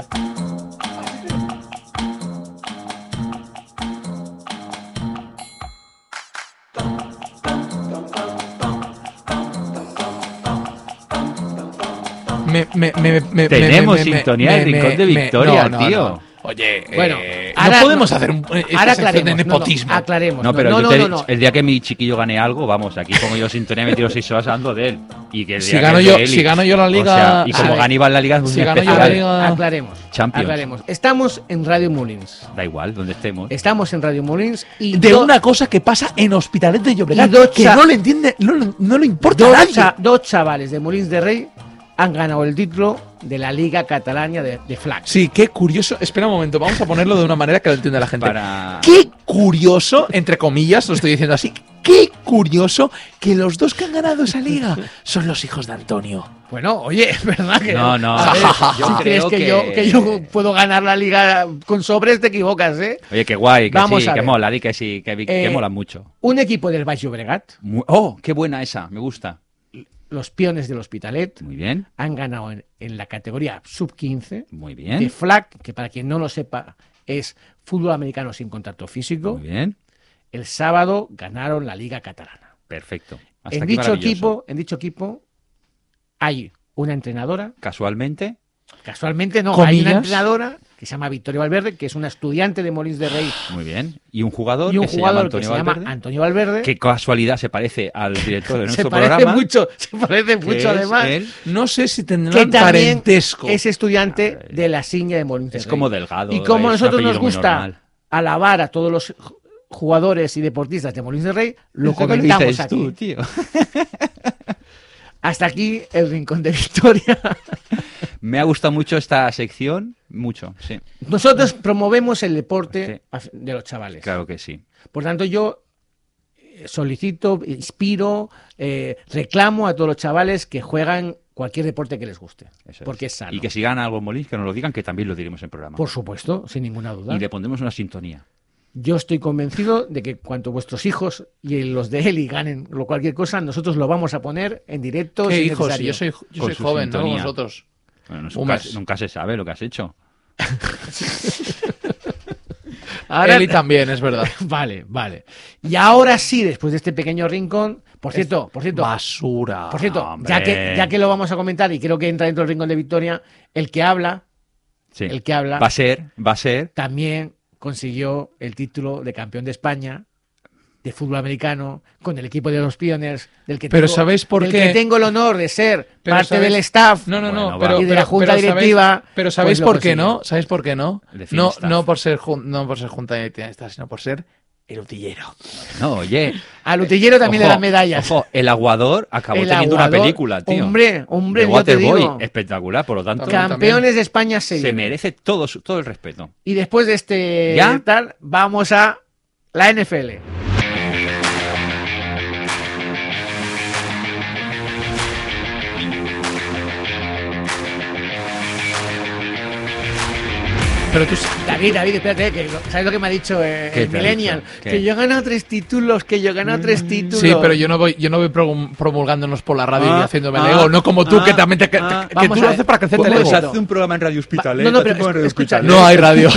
Tenemos sintonía del Rincón de Victoria, tío. No. Oye, bueno, no podemos hacer esta sección de nepotismo. Aclaremos. No, pero el día que mi chiquillo gane algo, vamos, aquí pongo yo sintonía, me tiro 6 horas hablando de él. Y que si gano yo la liga... O sea, y como gane Iván la liga es muy especial. Aclaremos. Estamos en Radio Molins. Da igual, donde estemos. Estamos en Radio Molins y... De una cosa que pasa en Hospitalet de Llobregat, que no le entiende, no le importa a nadie. Dos chavales de Molins de Rey han ganado el título de la Liga Catalana de Flag. Sí, qué curioso. Espera un momento, vamos a ponerlo de una manera que lo entienda la gente. Qué curioso, entre comillas, lo estoy diciendo así, qué curioso que los dos que han ganado esa liga son los hijos de Antonio. Bueno, oye, es verdad que... No. Si crees que yo puedo ganar la liga con sobres, te equivocas, ¿eh? Oye, qué guay, que vamos sí, que mola, di que sí, que mola mucho. Un equipo del Baix Llobregat. Qué buena esa, me gusta. Los Piones del Hospitalet. Muy bien. Han ganado en la categoría sub-15. Muy bien. De flag, que para quien no lo sepa es fútbol americano sin contacto físico. Muy bien. El sábado ganaron la Liga Catalana. Perfecto. En dicho equipo hay una entrenadora. Casualmente no, ¿comillas? Hay una entrenadora que se llama Victoria Valverde, que es una estudiante de Molins de Rey. Muy bien. Y un jugador, que se llama Antonio Valverde. Qué casualidad, se parece al director de nuestro se parece programa. Se parece mucho además. No sé si tendrán parentesco. Es estudiante de la Siña de Molins de Rey. Es como Delgado. Y como a nosotros nos gusta alabar a todos los jugadores y deportistas de Molins de Rey, lo comentamos aquí. Tú, tío. Hasta aquí el Rincón de Victoria. Me ha gustado mucho esta sección, mucho, sí. Nosotros promovemos el deporte de los chavales. Claro que sí. Por tanto, yo solicito, inspiro, reclamo a todos los chavales que juegan cualquier deporte que les guste. Porque es sano. Y que si gana algo en Molins, que nos lo digan, que también lo diremos en programa. Por supuesto, sin ninguna duda. Y le pondremos una sintonía. Yo estoy convencido de que cuanto vuestros hijos y los de Eli ganen o cualquier cosa, nosotros lo vamos a poner en directo. ¿Qué si es hijos? necesario. Yo soy joven, no como sintonía. vosotros. Bueno, Boomers. nunca se sabe lo que has hecho. Ahora- Eli también, es verdad. Vale. Y ahora sí, después de este pequeño rincón, por cierto, Basura. Por cierto, hombre. ya que lo vamos a comentar y creo que entra dentro del rincón de Victoria, el que habla Sí. El que habla. Va a ser. también consiguió el título de campeón de España de fútbol americano con el equipo de los Pioneers, del que Pero tengo, ¿sabéis por del qué? que tengo el honor de ser Pero parte ¿sabéis? del staff. No, Bueno, pero, va. Y de la junta pero directiva, Pero ¿sabéis pues lo por qué consiguió. no? ¿Sabéis por qué no? El de No, Finstaff. no por ser junta directiva, sino por ser el utillero. No, oye. Al utillero también le dan medallas. Ojo, el aguador acabó El teniendo una aguador, película, tío. Hombre, de yo te Waterboy, digo. espectacular, por lo tanto, También. Campeones de España se se viene. merece todo el respeto. Y después de este ¿Ya? tal, vamos a la NFL. Pero tú... David, espérate, que ¿sabes lo que me ha dicho ¿Qué el te ha Millennial? dicho? ¿Qué? Que yo he ganado 3 títulos, títulos. Sí, pero yo no voy promulgándonos por la radio y haciéndome el ah, ego, no como tú, que también que Vamos tú a lo ver. haces para crecerte el Pues ego. haz un programa en Radio Hospitalet. no, pero escucha, No hay radio.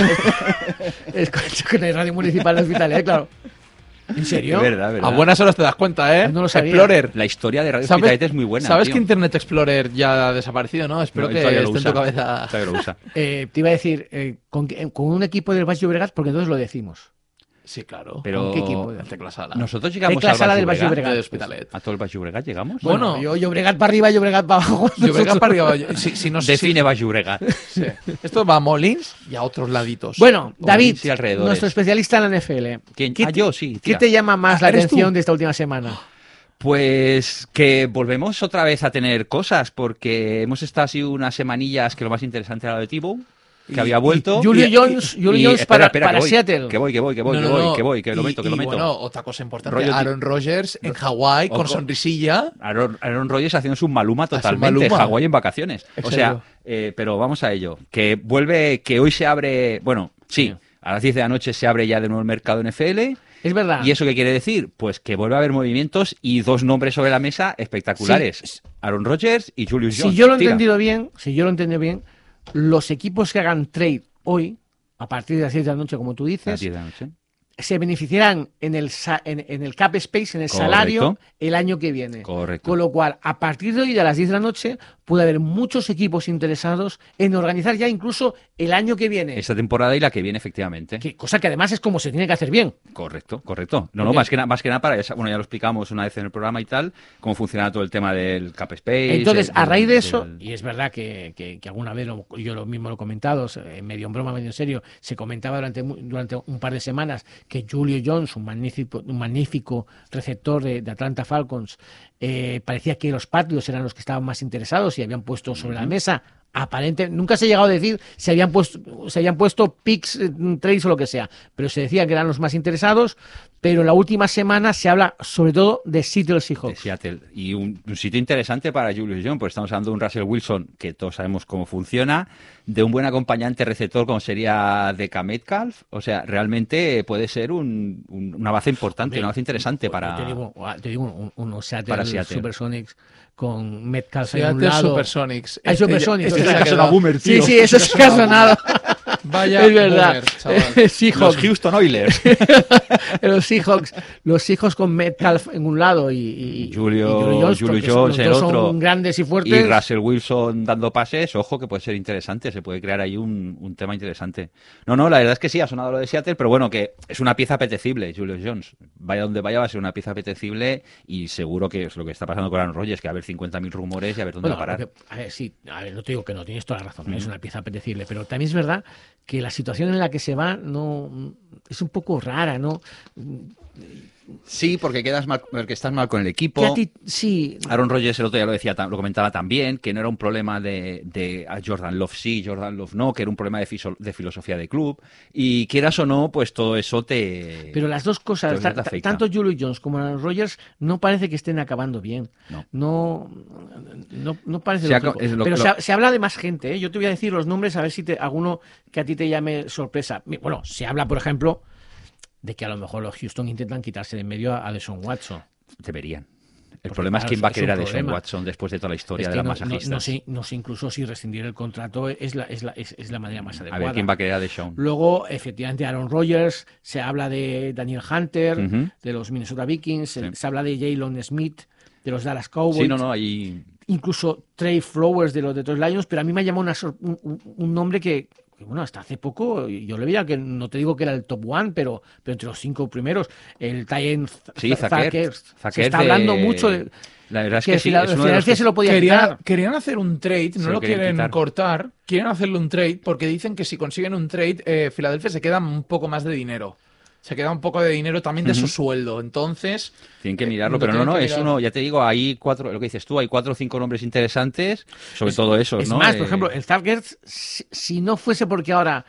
Escucha, que no hay radio municipal de hospitales, claro. ¿En serio? Es verdad, A verdad. buenas horas te das cuenta, ¿eh? No lo sabía. Explorer. La historia de Radio ¿Sabes- Hospitalet es muy buena. ¿Sabes tío. que Internet Explorer ya ha desaparecido, no? Espero No, que todavía lo esté en usa. tu cabeza. Todavía lo usa. Te iba a decir, con un equipo del Baix Llobregat, porque entonces lo decimos. Sí, claro. Pero ¿Con qué equipo? En Tecla Sala. nosotros llegamos Tecla al Sala del Baix Baix Llobregat. Llobregat. De Hospitalet. ¿A todo el Baix Llobregat llegamos? Bueno. Yo Llobregat para arriba, Llobregat para abajo. Yo venga para arriba. Si no sé Define Baix Llobregat. sí. Esto va a Molins y a otros laditos. Bueno, David, sí, alrededores. nuestro especialista en la NFL. ¿Quién? ¿Qué Ah, te- yo, sí, ¿Qué tira. te llama más la ¿eres atención tú? de esta última semana? Pues que volvemos otra vez a tener cosas, porque hemos estado así unas semanillas que lo más interesante era lo de Tibo, que había vuelto. Julio Jones espera, para que voy, Seattle. Que voy, que lo meto. Bueno, otra cosa importante. Rollo- Aaron Rodgers en Hawái O con co- sonrisilla. Aaron Rodgers haciendo su Maluma su totalmente, Maluma. Hawái en vacaciones. ¿En O sea, serio? pero vamos a ello. Que vuelve, que hoy se abre, bueno, sí, a las 10 de la noche se abre ya de nuevo el mercado NFL. Es verdad. ¿Y eso qué quiere decir? Pues que vuelve a haber movimientos y 2 nombres sobre la mesa espectaculares. Aaron Rodgers y Julius Jones. Si yo lo he Tira. entendido bien, los equipos que hagan trade hoy, a partir de las 10 de la noche, como tú A las dices, 10 de la noche. se beneficiarán en el cap space, en el Correcto. salario, el año que viene. Correcto. Con lo cual, a partir de hoy, a las 10 de la noche, puede haber muchos equipos interesados en organizar ya incluso el año que viene. Esta temporada y la que viene, efectivamente. Cosa que además es como se tiene que hacer bien. Correcto. No, Porque- más que nada para eso. Bueno, ya lo explicamos una vez en el programa y tal, cómo funciona todo el tema del cap space. Entonces, a raíz de eso, del- y es verdad que alguna vez yo lo mismo lo he comentado, medio en broma, medio en serio, se comentaba durante un par de semanas que Julio Jones, un magnífico receptor de Atlanta Falcons, parecía que los Patriots eran los que estaban más interesados y habían puesto sobre la mesa. Aparentemente, nunca se ha llegado a decir si habían puesto picks, trades o lo que sea, pero se decía que eran los más interesados. Pero la última semana se habla sobre todo de Seattle de Seahawks. Seattle. Y un sitio interesante para Julius Jones, porque estamos hablando de un Russell Wilson que todos sabemos cómo funciona, de un buen acompañante receptor como sería DK Metcalf. O sea, realmente puede ser una base importante, una base interesante para... Te digo unos Seattle, para Seattle. Supersonics con Metcalf en un Seattle lado. Supersonics. Hay Supersonics. Este o se sea, ha quedado. boomer, Sí, tío. sí, eso es que ha sonado. Vaya es verdad. boomer, chaval. Seahawks. Los Houston Oilers. Los Seahawks con Metcalf en un lado y Julio Jones, Jones porque los en dos otro. son grandes y Y fuertes. Russell Wilson dando pases, ojo que puede ser interesante, se puede crear ahí un tema interesante. No, la verdad es que sí, ha sonado lo de Seattle, pero bueno, que es una pieza apetecible, Julius Jones. Vaya donde vaya, va a ser una pieza apetecible y seguro que es lo que está pasando con Aaron Rodgers, que va a haber 50.000 rumores y a ver dónde Bueno, va a parar. a ver, no te digo que no, tienes toda la razón, es una pieza apetecible, pero también es verdad que la situación en la que se va no es un poco rara, ¿no? Sí, porque quedas mal, porque estás mal con el equipo. Que a ti, sí, Aaron Rodgers el otro día lo decía, lo comentaba también, que no era un problema de a Jordan Love sí, Jordan Love no, que era un problema de filosofía de club. Y quieras o no, pues todo eso te... pero las dos cosas, Todo eso te afecta. tanto Julio Jones como Aaron Rodgers, no parece que estén acabando bien. No. No parece Se ha- lógico. es lo- Pero lo- se habla de más gente, ¿eh? Yo te voy a decir los nombres a ver si alguno que a ti te llame sorpresa. Bueno, se habla, por ejemplo, de que a lo mejor los Houston intentan quitarse de en medio a Deshaun Watson. Deberían. El Porque, problema es claro, quién va a es un querer a Deshaun problema. Watson después de toda la historia Es de que las no masajistas. sé incluso si rescindir el contrato es la manera más A adecuada. ver quién va a querer a Deshaun. Luego, efectivamente, Aaron Rodgers, se habla de Daniel Hunter, Ujú. de los Minnesota Vikings, Sí. se habla de Jalen Smith, de los Dallas Cowboys, Sí, no, ahí... incluso Trey Flowers de los Detroit Lions, pero a mí me ha llamado un nombre que, bueno, hasta hace poco yo le veía que, no te digo que era el top one, pero entre los 5 primeros, el Tyen Sí, Zacker. se está hablando mucho de La verdad es que que sí, es uno de los Filadelfia que... se lo podía quitar. Querían hacer un trade, Se no lo lo querían quieren quitar. cortar, quieren hacerle un trade porque dicen que si consiguen un trade, Filadelfia se queda un poco más de dinero. Se queda un poco de dinero también de su sueldo. Entonces, Tienen que mirarlo, lo pero tienen no, que es mirar. uno, ya te digo, hay 4, lo que dices tú, hay 4 o 5 nombres interesantes, sobre todo esos, Es ¿no? más, por ejemplo, el Zaggers, si no fuese porque ahora,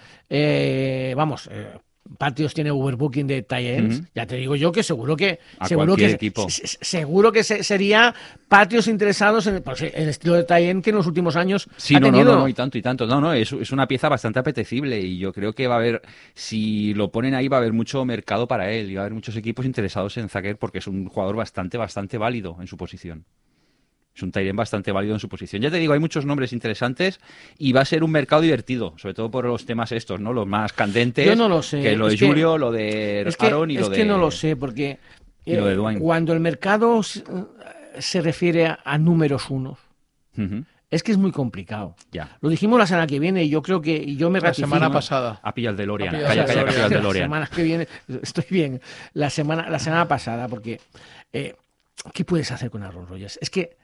Patriots tiene overbooking de tight ends, Ujú. ya te digo yo que seguro que A seguro cualquier que equipo. seguro que sería Patriots interesados en pues, el estilo de tight end que en los últimos años Sí, ha no, tenido. no, y tanto, y tanto. No, es una pieza bastante apetecible y yo creo que va a haber, si lo ponen ahí, va a haber mucho mercado para él y va a haber muchos equipos interesados en Zacker porque es un jugador bastante válido en su posición. Es un tight end bastante válido en su posición. Ya te digo, hay muchos nombres interesantes y va a ser un mercado divertido, sobre todo por los temas estos, ¿no? Los más candentes. Yo no lo sé. Que lo de Es que- Julio, lo de Aaron y es lo de... que no lo sé, porque y lo de Dwayne. cuando el mercado se refiere a números unos, Ujú, es que es muy complicado. ya. Lo dijimos la semana que viene y yo creo que y yo me la ratifico. semana pasada. Ha pillado el DeLorean. Ha pillado Calla, el calla, que ha pillado el La DeLorean. semana que viene estoy bien. La semana pasada, porque ¿qué puedes hacer con Aaron Rodgers? Es que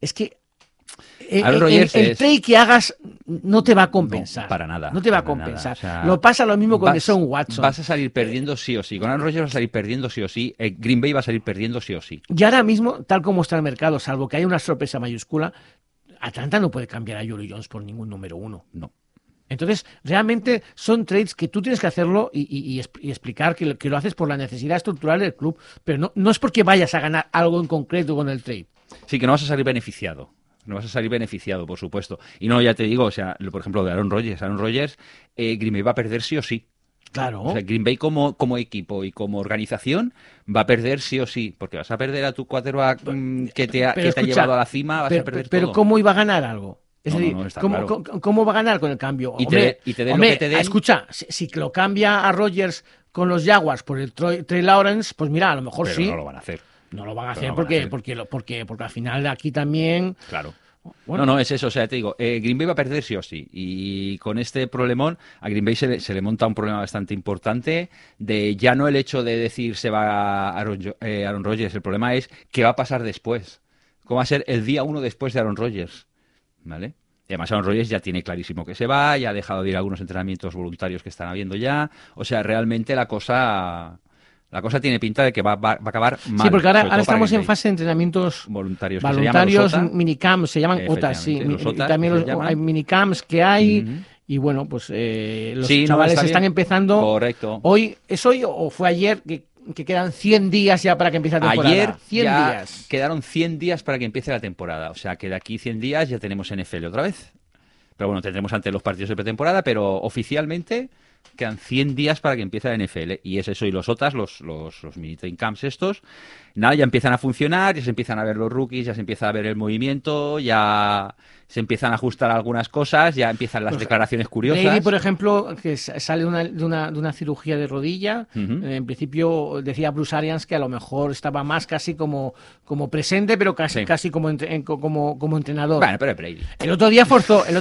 Aaron Rodgers el es- trade que hagas no te va a compensar. No, para nada. No te va a para nada. compensar. O sea, Lo pasa lo mismo con vas- Deshaun Watson. Vas a salir perdiendo sí o sí. Con Aaron Rodgers vas a salir perdiendo sí o sí. Green Bay va a salir perdiendo sí o sí. Y ahora mismo, tal como está el mercado, salvo que haya una sorpresa mayúscula, Atlanta no puede cambiar a Julio Jones por ningún número uno. No. Entonces, realmente son trades que tú tienes que hacerlo y explicar que lo haces por la necesidad estructural del club, pero no es porque vayas a ganar algo en concreto con el trade. Sí, que no vas a salir beneficiado. No vas a salir beneficiado, por supuesto. Y no, ya te digo, o sea, por ejemplo, de Aaron Rodgers. Aaron Rodgers, Green Bay va a perder sí o sí. Claro. O sea, Green Bay como equipo y como organización va a perder sí o sí, porque vas a perder a tu quarterback que te ha Pero escucha, llevado a la cima, vas a perder pero todo. ¿cómo iba a ganar algo? Es No, decir, no, está ¿cómo, claro. cómo va a ganar con el cambio? Y te den lo que te den. Escucha, si lo cambia a Rodgers con los Jaguars por el Trey Lawrence, pues mira, a lo mejor Pero sí. no lo van a hacer. No lo van a Pero hacer no lo van a porque, hacer. porque al final aquí también. Claro. Bueno. No, es eso, o sea, te digo, Green Bay va a perder sí o sí. Y con este problemón, a Green Bay se le monta un problema bastante importante de ya no el hecho de decir se va Aaron Rodgers, el problema es qué va a pasar después. ¿Cómo va a ser el día 1 después de Aaron Rodgers? ¿Vale? Y además Aaron Rodgers ya tiene clarísimo que se va, ya ha dejado de ir a algunos entrenamientos voluntarios que están habiendo ya. O sea, realmente la cosa tiene pinta de que va a acabar mal. Sí, porque ahora sobre todo para estamos Green en Bay. fase de entrenamientos Voluntarios, que se llaman voluntarios, los OTA. minicamps, se llaman OTAs, sí. Efectivamente, los Y OTAs, también que se llaman. hay minicamps que hay. Ujú. Y bueno, pues los Sí, no, chavales está están bien. empezando. Correcto. ¿Es hoy o fue ayer que quedan 100 días ya para que empiece la temporada? Ayer 100 ya días. quedaron 100 días para que empiece la temporada. O sea, que de aquí 100 días ya tenemos NFL otra vez. Pero bueno, tendremos antes los partidos de pretemporada, pero oficialmente quedan 100 días para que empiece la NFL. Y es eso, y los OTAs, los mini training camps estos, nada, ya empiezan a funcionar, ya se empiezan a ver los rookies, ya se empieza a ver el movimiento, ya se empiezan a ajustar algunas cosas, ya empiezan las declaraciones curiosas. Brady, por ejemplo, que sale de una cirugía de rodilla, Ujú. en principio decía Bruce Arians que a lo mejor estaba más casi como presente, pero Sí. casi como entrenador. Bueno, pero es Brady. El otro día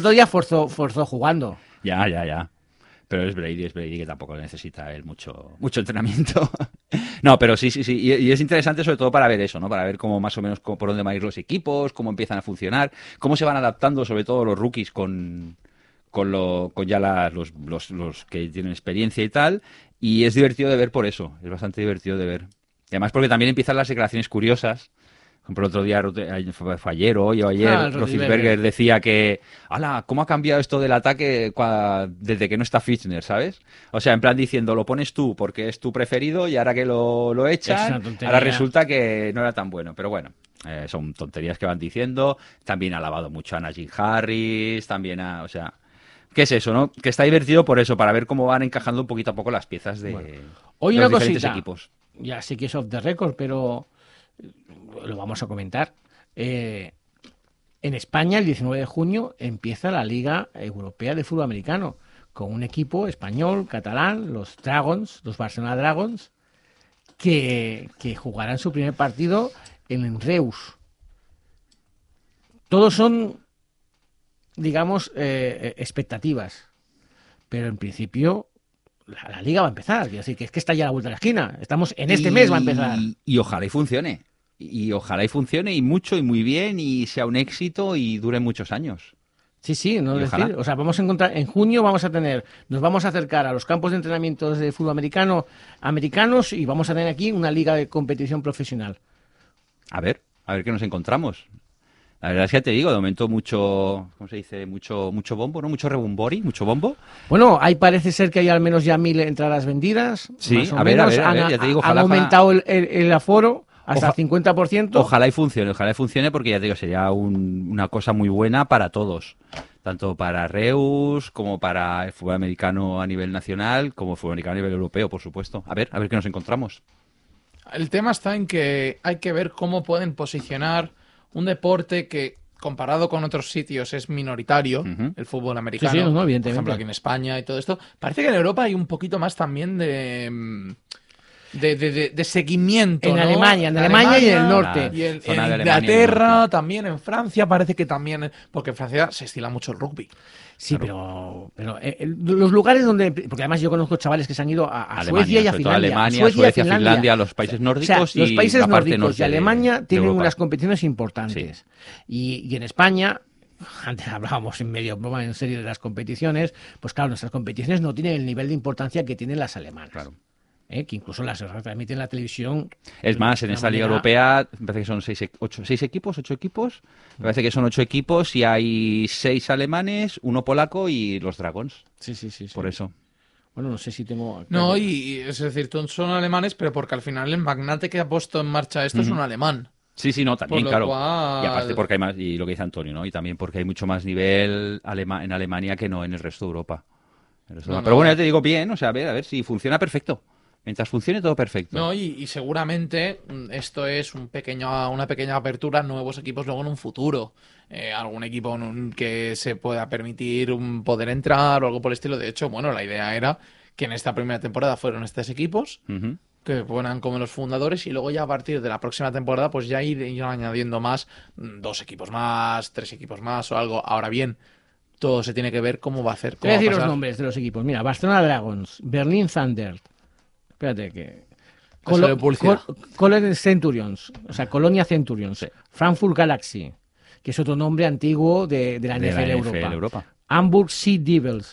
forzó jugando. Ya. Pero es Brady que tampoco necesita él mucho entrenamiento. No, pero sí. Y es interesante sobre todo para ver eso, ¿no? Para ver cómo más o menos por dónde van a ir los equipos, cómo empiezan a funcionar, cómo se van adaptando sobre todo los rookies con ya los que tienen experiencia y tal. Y es divertido de ver por eso. Es bastante divertido de ver. Y además porque también empiezan las declaraciones curiosas. Por ejemplo, el otro día, fue ayer o hoy o ayer, el Roethlisberger decía que, ¡hala! ¿Cómo ha cambiado esto del ataque desde que no está Fitchner, ¿sabes? O sea, en plan diciendo, lo pones tú porque es tu preferido y ahora que lo Es una echan, tontería. ahora resulta que no era tan bueno. Pero bueno, son tonterías que van diciendo. También ha alabado mucho a Najee Harris, también o sea, ¿Qué es eso, no? Que está divertido por eso, para ver cómo van encajando un poquito a poco las piezas de, Hoy de los una diferentes cosita, equipos. ya sé que es off the record, pero lo vamos a comentar. En España, el 19 de junio, empieza la Liga Europea de Fútbol Americano, con un equipo español, catalán, los Dragons, los Barcelona Dragons, que jugarán su primer partido en Reus. Todos son, digamos, expectativas, pero en principio la liga va a empezar. Quiero decir, que es que está ya a la vuelta de la esquina. Estamos en este mes, va a empezar. Y ojalá y funcione. Y ojalá y funcione y mucho y muy bien y sea un éxito y dure muchos años. Sí, no Y es ojalá. decir, o sea, vamos a encontrar, en junio nos vamos a acercar a los campos de entrenamiento de fútbol americano americanos y vamos a tener aquí una liga de competición profesional. A ver qué nos encontramos. La verdad es que te digo, de momento mucho, ¿cómo se dice? Mucho bombo, ¿no? Mucho rebumbori, mucho bombo. Bueno, ahí parece ser que hay al menos ya 1000 entradas vendidas. Sí, más o a ver, menos. ya te digo, Han ojalá aumentado el aforo hasta Oja- el 50%. Ojalá y funcione porque ya te digo, sería una cosa muy buena para todos. Tanto para Reus, como para el fútbol americano a nivel nacional, como el fútbol americano a nivel europeo, por supuesto. A ver qué nos encontramos. El tema está en que hay que ver cómo pueden posicionar un deporte que, comparado con otros sitios, es minoritario, Ujú. el fútbol americano. Sí, no, por evidentemente. ejemplo, aquí en España y todo esto. Parece que en Europa hay un poquito más también de seguimiento, En ¿no? Alemania, y en el norte. Y en Zona de Alemania y el Inglaterra, norte. también en Francia, parece que también, porque en Francia se estila mucho el rugby. Sí, pero los lugares donde, porque además yo conozco chavales que se han ido a Alemania, Suecia y a sobre todo Finlandia. Alemania, Suecia, Finlandia, los países nórdicos o sea, los y países la parte nórdicos norte y Alemania de tienen Europa. unas competiciones importantes. Y en España, antes hablábamos en medio broma en serio de las competiciones, pues claro, nuestras competiciones no tienen el nivel de importancia que tienen las alemanas. Claro. Que incluso las transmiten en la televisión. Es más, en de una esta Liga manera- Europea me parece que son 6 equipos, 8 equipos. Me parece que son 8 equipos y hay 6 alemanes, 1 polaco y los Dragons. Sí. Por eso. Bueno, no sé si tengo... No, y es decir, son alemanes, pero porque al final el magnate que ha puesto en marcha esto es un alemán. Sí, no, también, Por lo claro. cual- Y aparte porque hay más, y lo que dice Antonio, ¿no? Y también porque hay mucho más nivel en Alemania que no en el resto de Europa. No, Pero bueno, ya te digo bien, o sea, a ver si funciona perfecto. Mientras funcione todo perfecto. No, y seguramente esto es una pequeña apertura a nuevos equipos luego en un futuro. Algún equipo que se pueda permitir poder entrar o algo por el estilo. De hecho, bueno, la idea era que en esta primera temporada fueron estos equipos, Ujú. que fueran como los fundadores, y luego ya a partir de la próxima temporada pues ya ir añadiendo más, 2 equipos más, 3 equipos más o algo. Ahora bien, todo se tiene que ver cómo va a hacer. Te voy a Cómo va decir a los pasar. nombres de los equipos. Mira, Barcelona Dragons, Berlin Thunder. Espérate que... Eso de publicidad. Cologne Centurions, o sea, Colonia Centurions. Sí. Frankfurt Galaxy, que es otro nombre antiguo de la De NFL, la NFL Europa. Europa. Hamburg Sea Devils,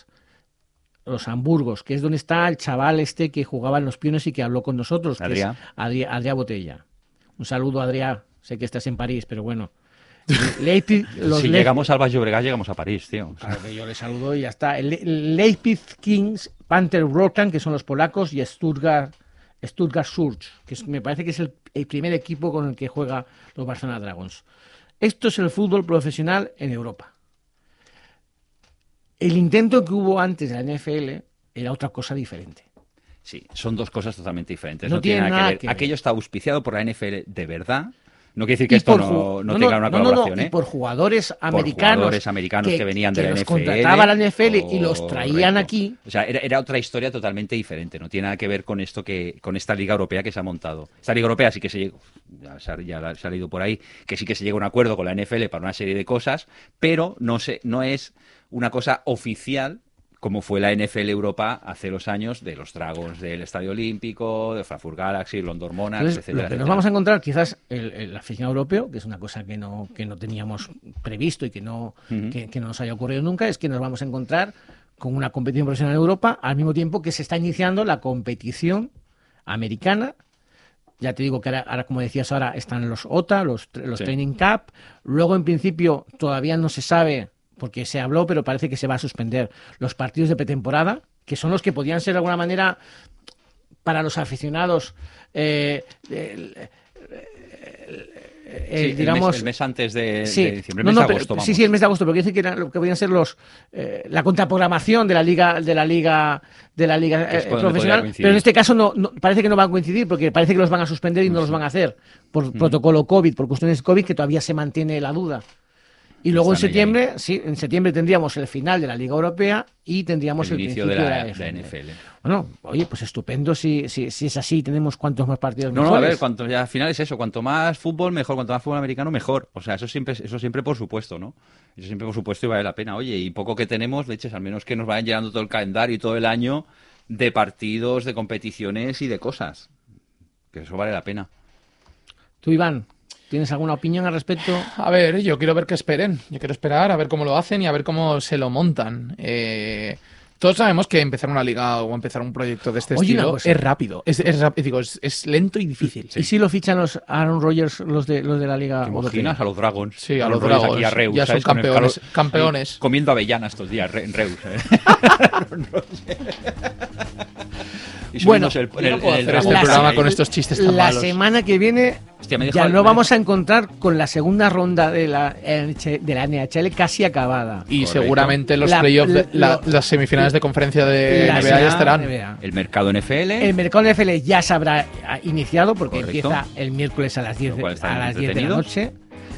los Hamburgos, que es donde está el chaval este que jugaba en los Piones y que habló con nosotros, que Adrià. es Adrià Botella. Un saludo, Adrià. Sé que estás en París, pero bueno. Leipzig, Si llegamos al Baix Llobregat, llegamos a París, tío. O sea, Claro que yo le saludo y ya está. El Leipzig Kings, Panther Wrocław, que son los polacos, y Stuttgart Surge, me parece que es el primer equipo con el que juega los Barcelona Dragons. Esto es el fútbol profesional en Europa. El intento que hubo antes de la NFL era otra cosa diferente. sí, son dos cosas totalmente diferentes. No No tiene tiene nada nada que ver. que ver. Aquello está auspiciado por la NFL de verdad. No quiere decir que Y esto por no tenga una colaboración, y ¿eh? por jugadores Por americanos, jugadores americanos que venían de la los NFL. contrataba la NFL y los traían Correcto. aquí. O sea, era otra historia totalmente diferente. No tiene nada que ver con esto con esta Liga Europea que se ha montado. Esta Liga Europea sí que se llegó, ya se ha leído por ahí, que sí que se llega a un acuerdo con la NFL para una serie de cosas, pero no es una cosa oficial como fue la NFL Europa hace los años de los Dragons del Estadio Olímpico, de Frankfurt Galaxy, London Monarchs, Entonces, etcétera, lo que nos etcétera. vamos a encontrar, quizás el aficionado europeo, que es una cosa que no teníamos previsto y que no nos haya ocurrido nunca, es que nos vamos a encontrar con una competición profesional en Europa al mismo tiempo que se está iniciando la competición americana. Ya te digo que ahora, como decías ahora, están los OTA, los Sí. Training Camp. Luego, en principio, todavía no se sabe, porque se habló, pero parece que se va a suspender los partidos de pretemporada, que son los que podían ser de alguna manera para los aficionados Sí, digamos... el mes antes de Sí, diciembre, el mes de agosto, vamos. sí, el mes de agosto, pero quiere decir que, lo que podían ser la contraprogramación de la liga Que es por donde profesional, podría coincidir. pero en este caso no, parece que no va a coincidir porque parece que los van a suspender y no los van a hacer por protocolo COVID, por cuestiones COVID, que todavía se mantiene la duda. Y luego Están en septiembre tendríamos el final de la Liga Europea y tendríamos el inicio principio de la NFL. NFL. Bueno, oye, pues estupendo si es así, tenemos cuantos más partidos No, mejores. a ver, al final es eso, cuanto más fútbol, mejor, cuanto más fútbol americano, mejor. O sea, eso siempre por supuesto, ¿no? Eso siempre por supuesto y vale la pena. Oye, y poco que tenemos, leches, al menos que nos vayan llenando todo el calendario y todo el año de partidos, de competiciones y de cosas. Que eso vale la pena. Tú, Iván, ¿tienes alguna opinión al respecto? A ver, yo quiero ver que esperen. Yo quiero esperar a ver cómo lo hacen y a ver cómo se lo montan. Todos sabemos que empezar una liga o empezar un proyecto de este Oye, una estilo cosa. es rápido. Es lento y difícil. ¿Y si lo fichan los Aaron Rodgers, los de la Liga ¿Te Europea? imaginas a los Dragons? Sí, a Aaron los Rodgers Dragons. aquí a Reus, Ya son ¿sabes? Con el campeones. calor- Campeones. ahí, comiendo avellanas estos días en Reus. Y Bueno, subiéndose Yo no puedo hacer rastro este la programa se- con estos chistes tan La malos. semana que viene Hostia, me ya deja- no me vamos a encontrar con la segunda ronda de la NHL casi acabada. Y Correcto. seguramente los La- playoffs, la- las semifinales de conferencia de La NBA ya NBA. estarán. El mercado NFL. El mercado NFL ya se habrá iniciado porque Correcto. empieza el miércoles a las 10 Lo cual está a las 10 de la entretenidos. noche.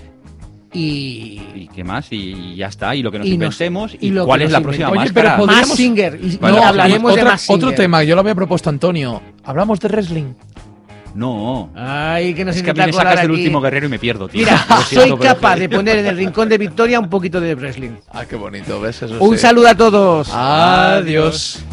Y ¿Y qué más? Y ya está. Y lo que nos Y nos- inventemos. y ¿Y lo cuál que es nos la próxima inventemos. Oye, pero máscara? podríamos- más Singer. Y Vale, no hablaremos de otro, más Singer. otro tema, yo lo había propuesto Antonio. Hablamos de wrestling. No. Ay, que nos Es que a mí intenta me colar sacas el aquí. último guerrero y me pierdo, tío. Mira, Lo siento, soy pero- capaz de poner en el rincón de Victoria un poquito de wrestling. Ah, qué bonito, ¿ves? Eso Un sí. saludo a todos. Adiós.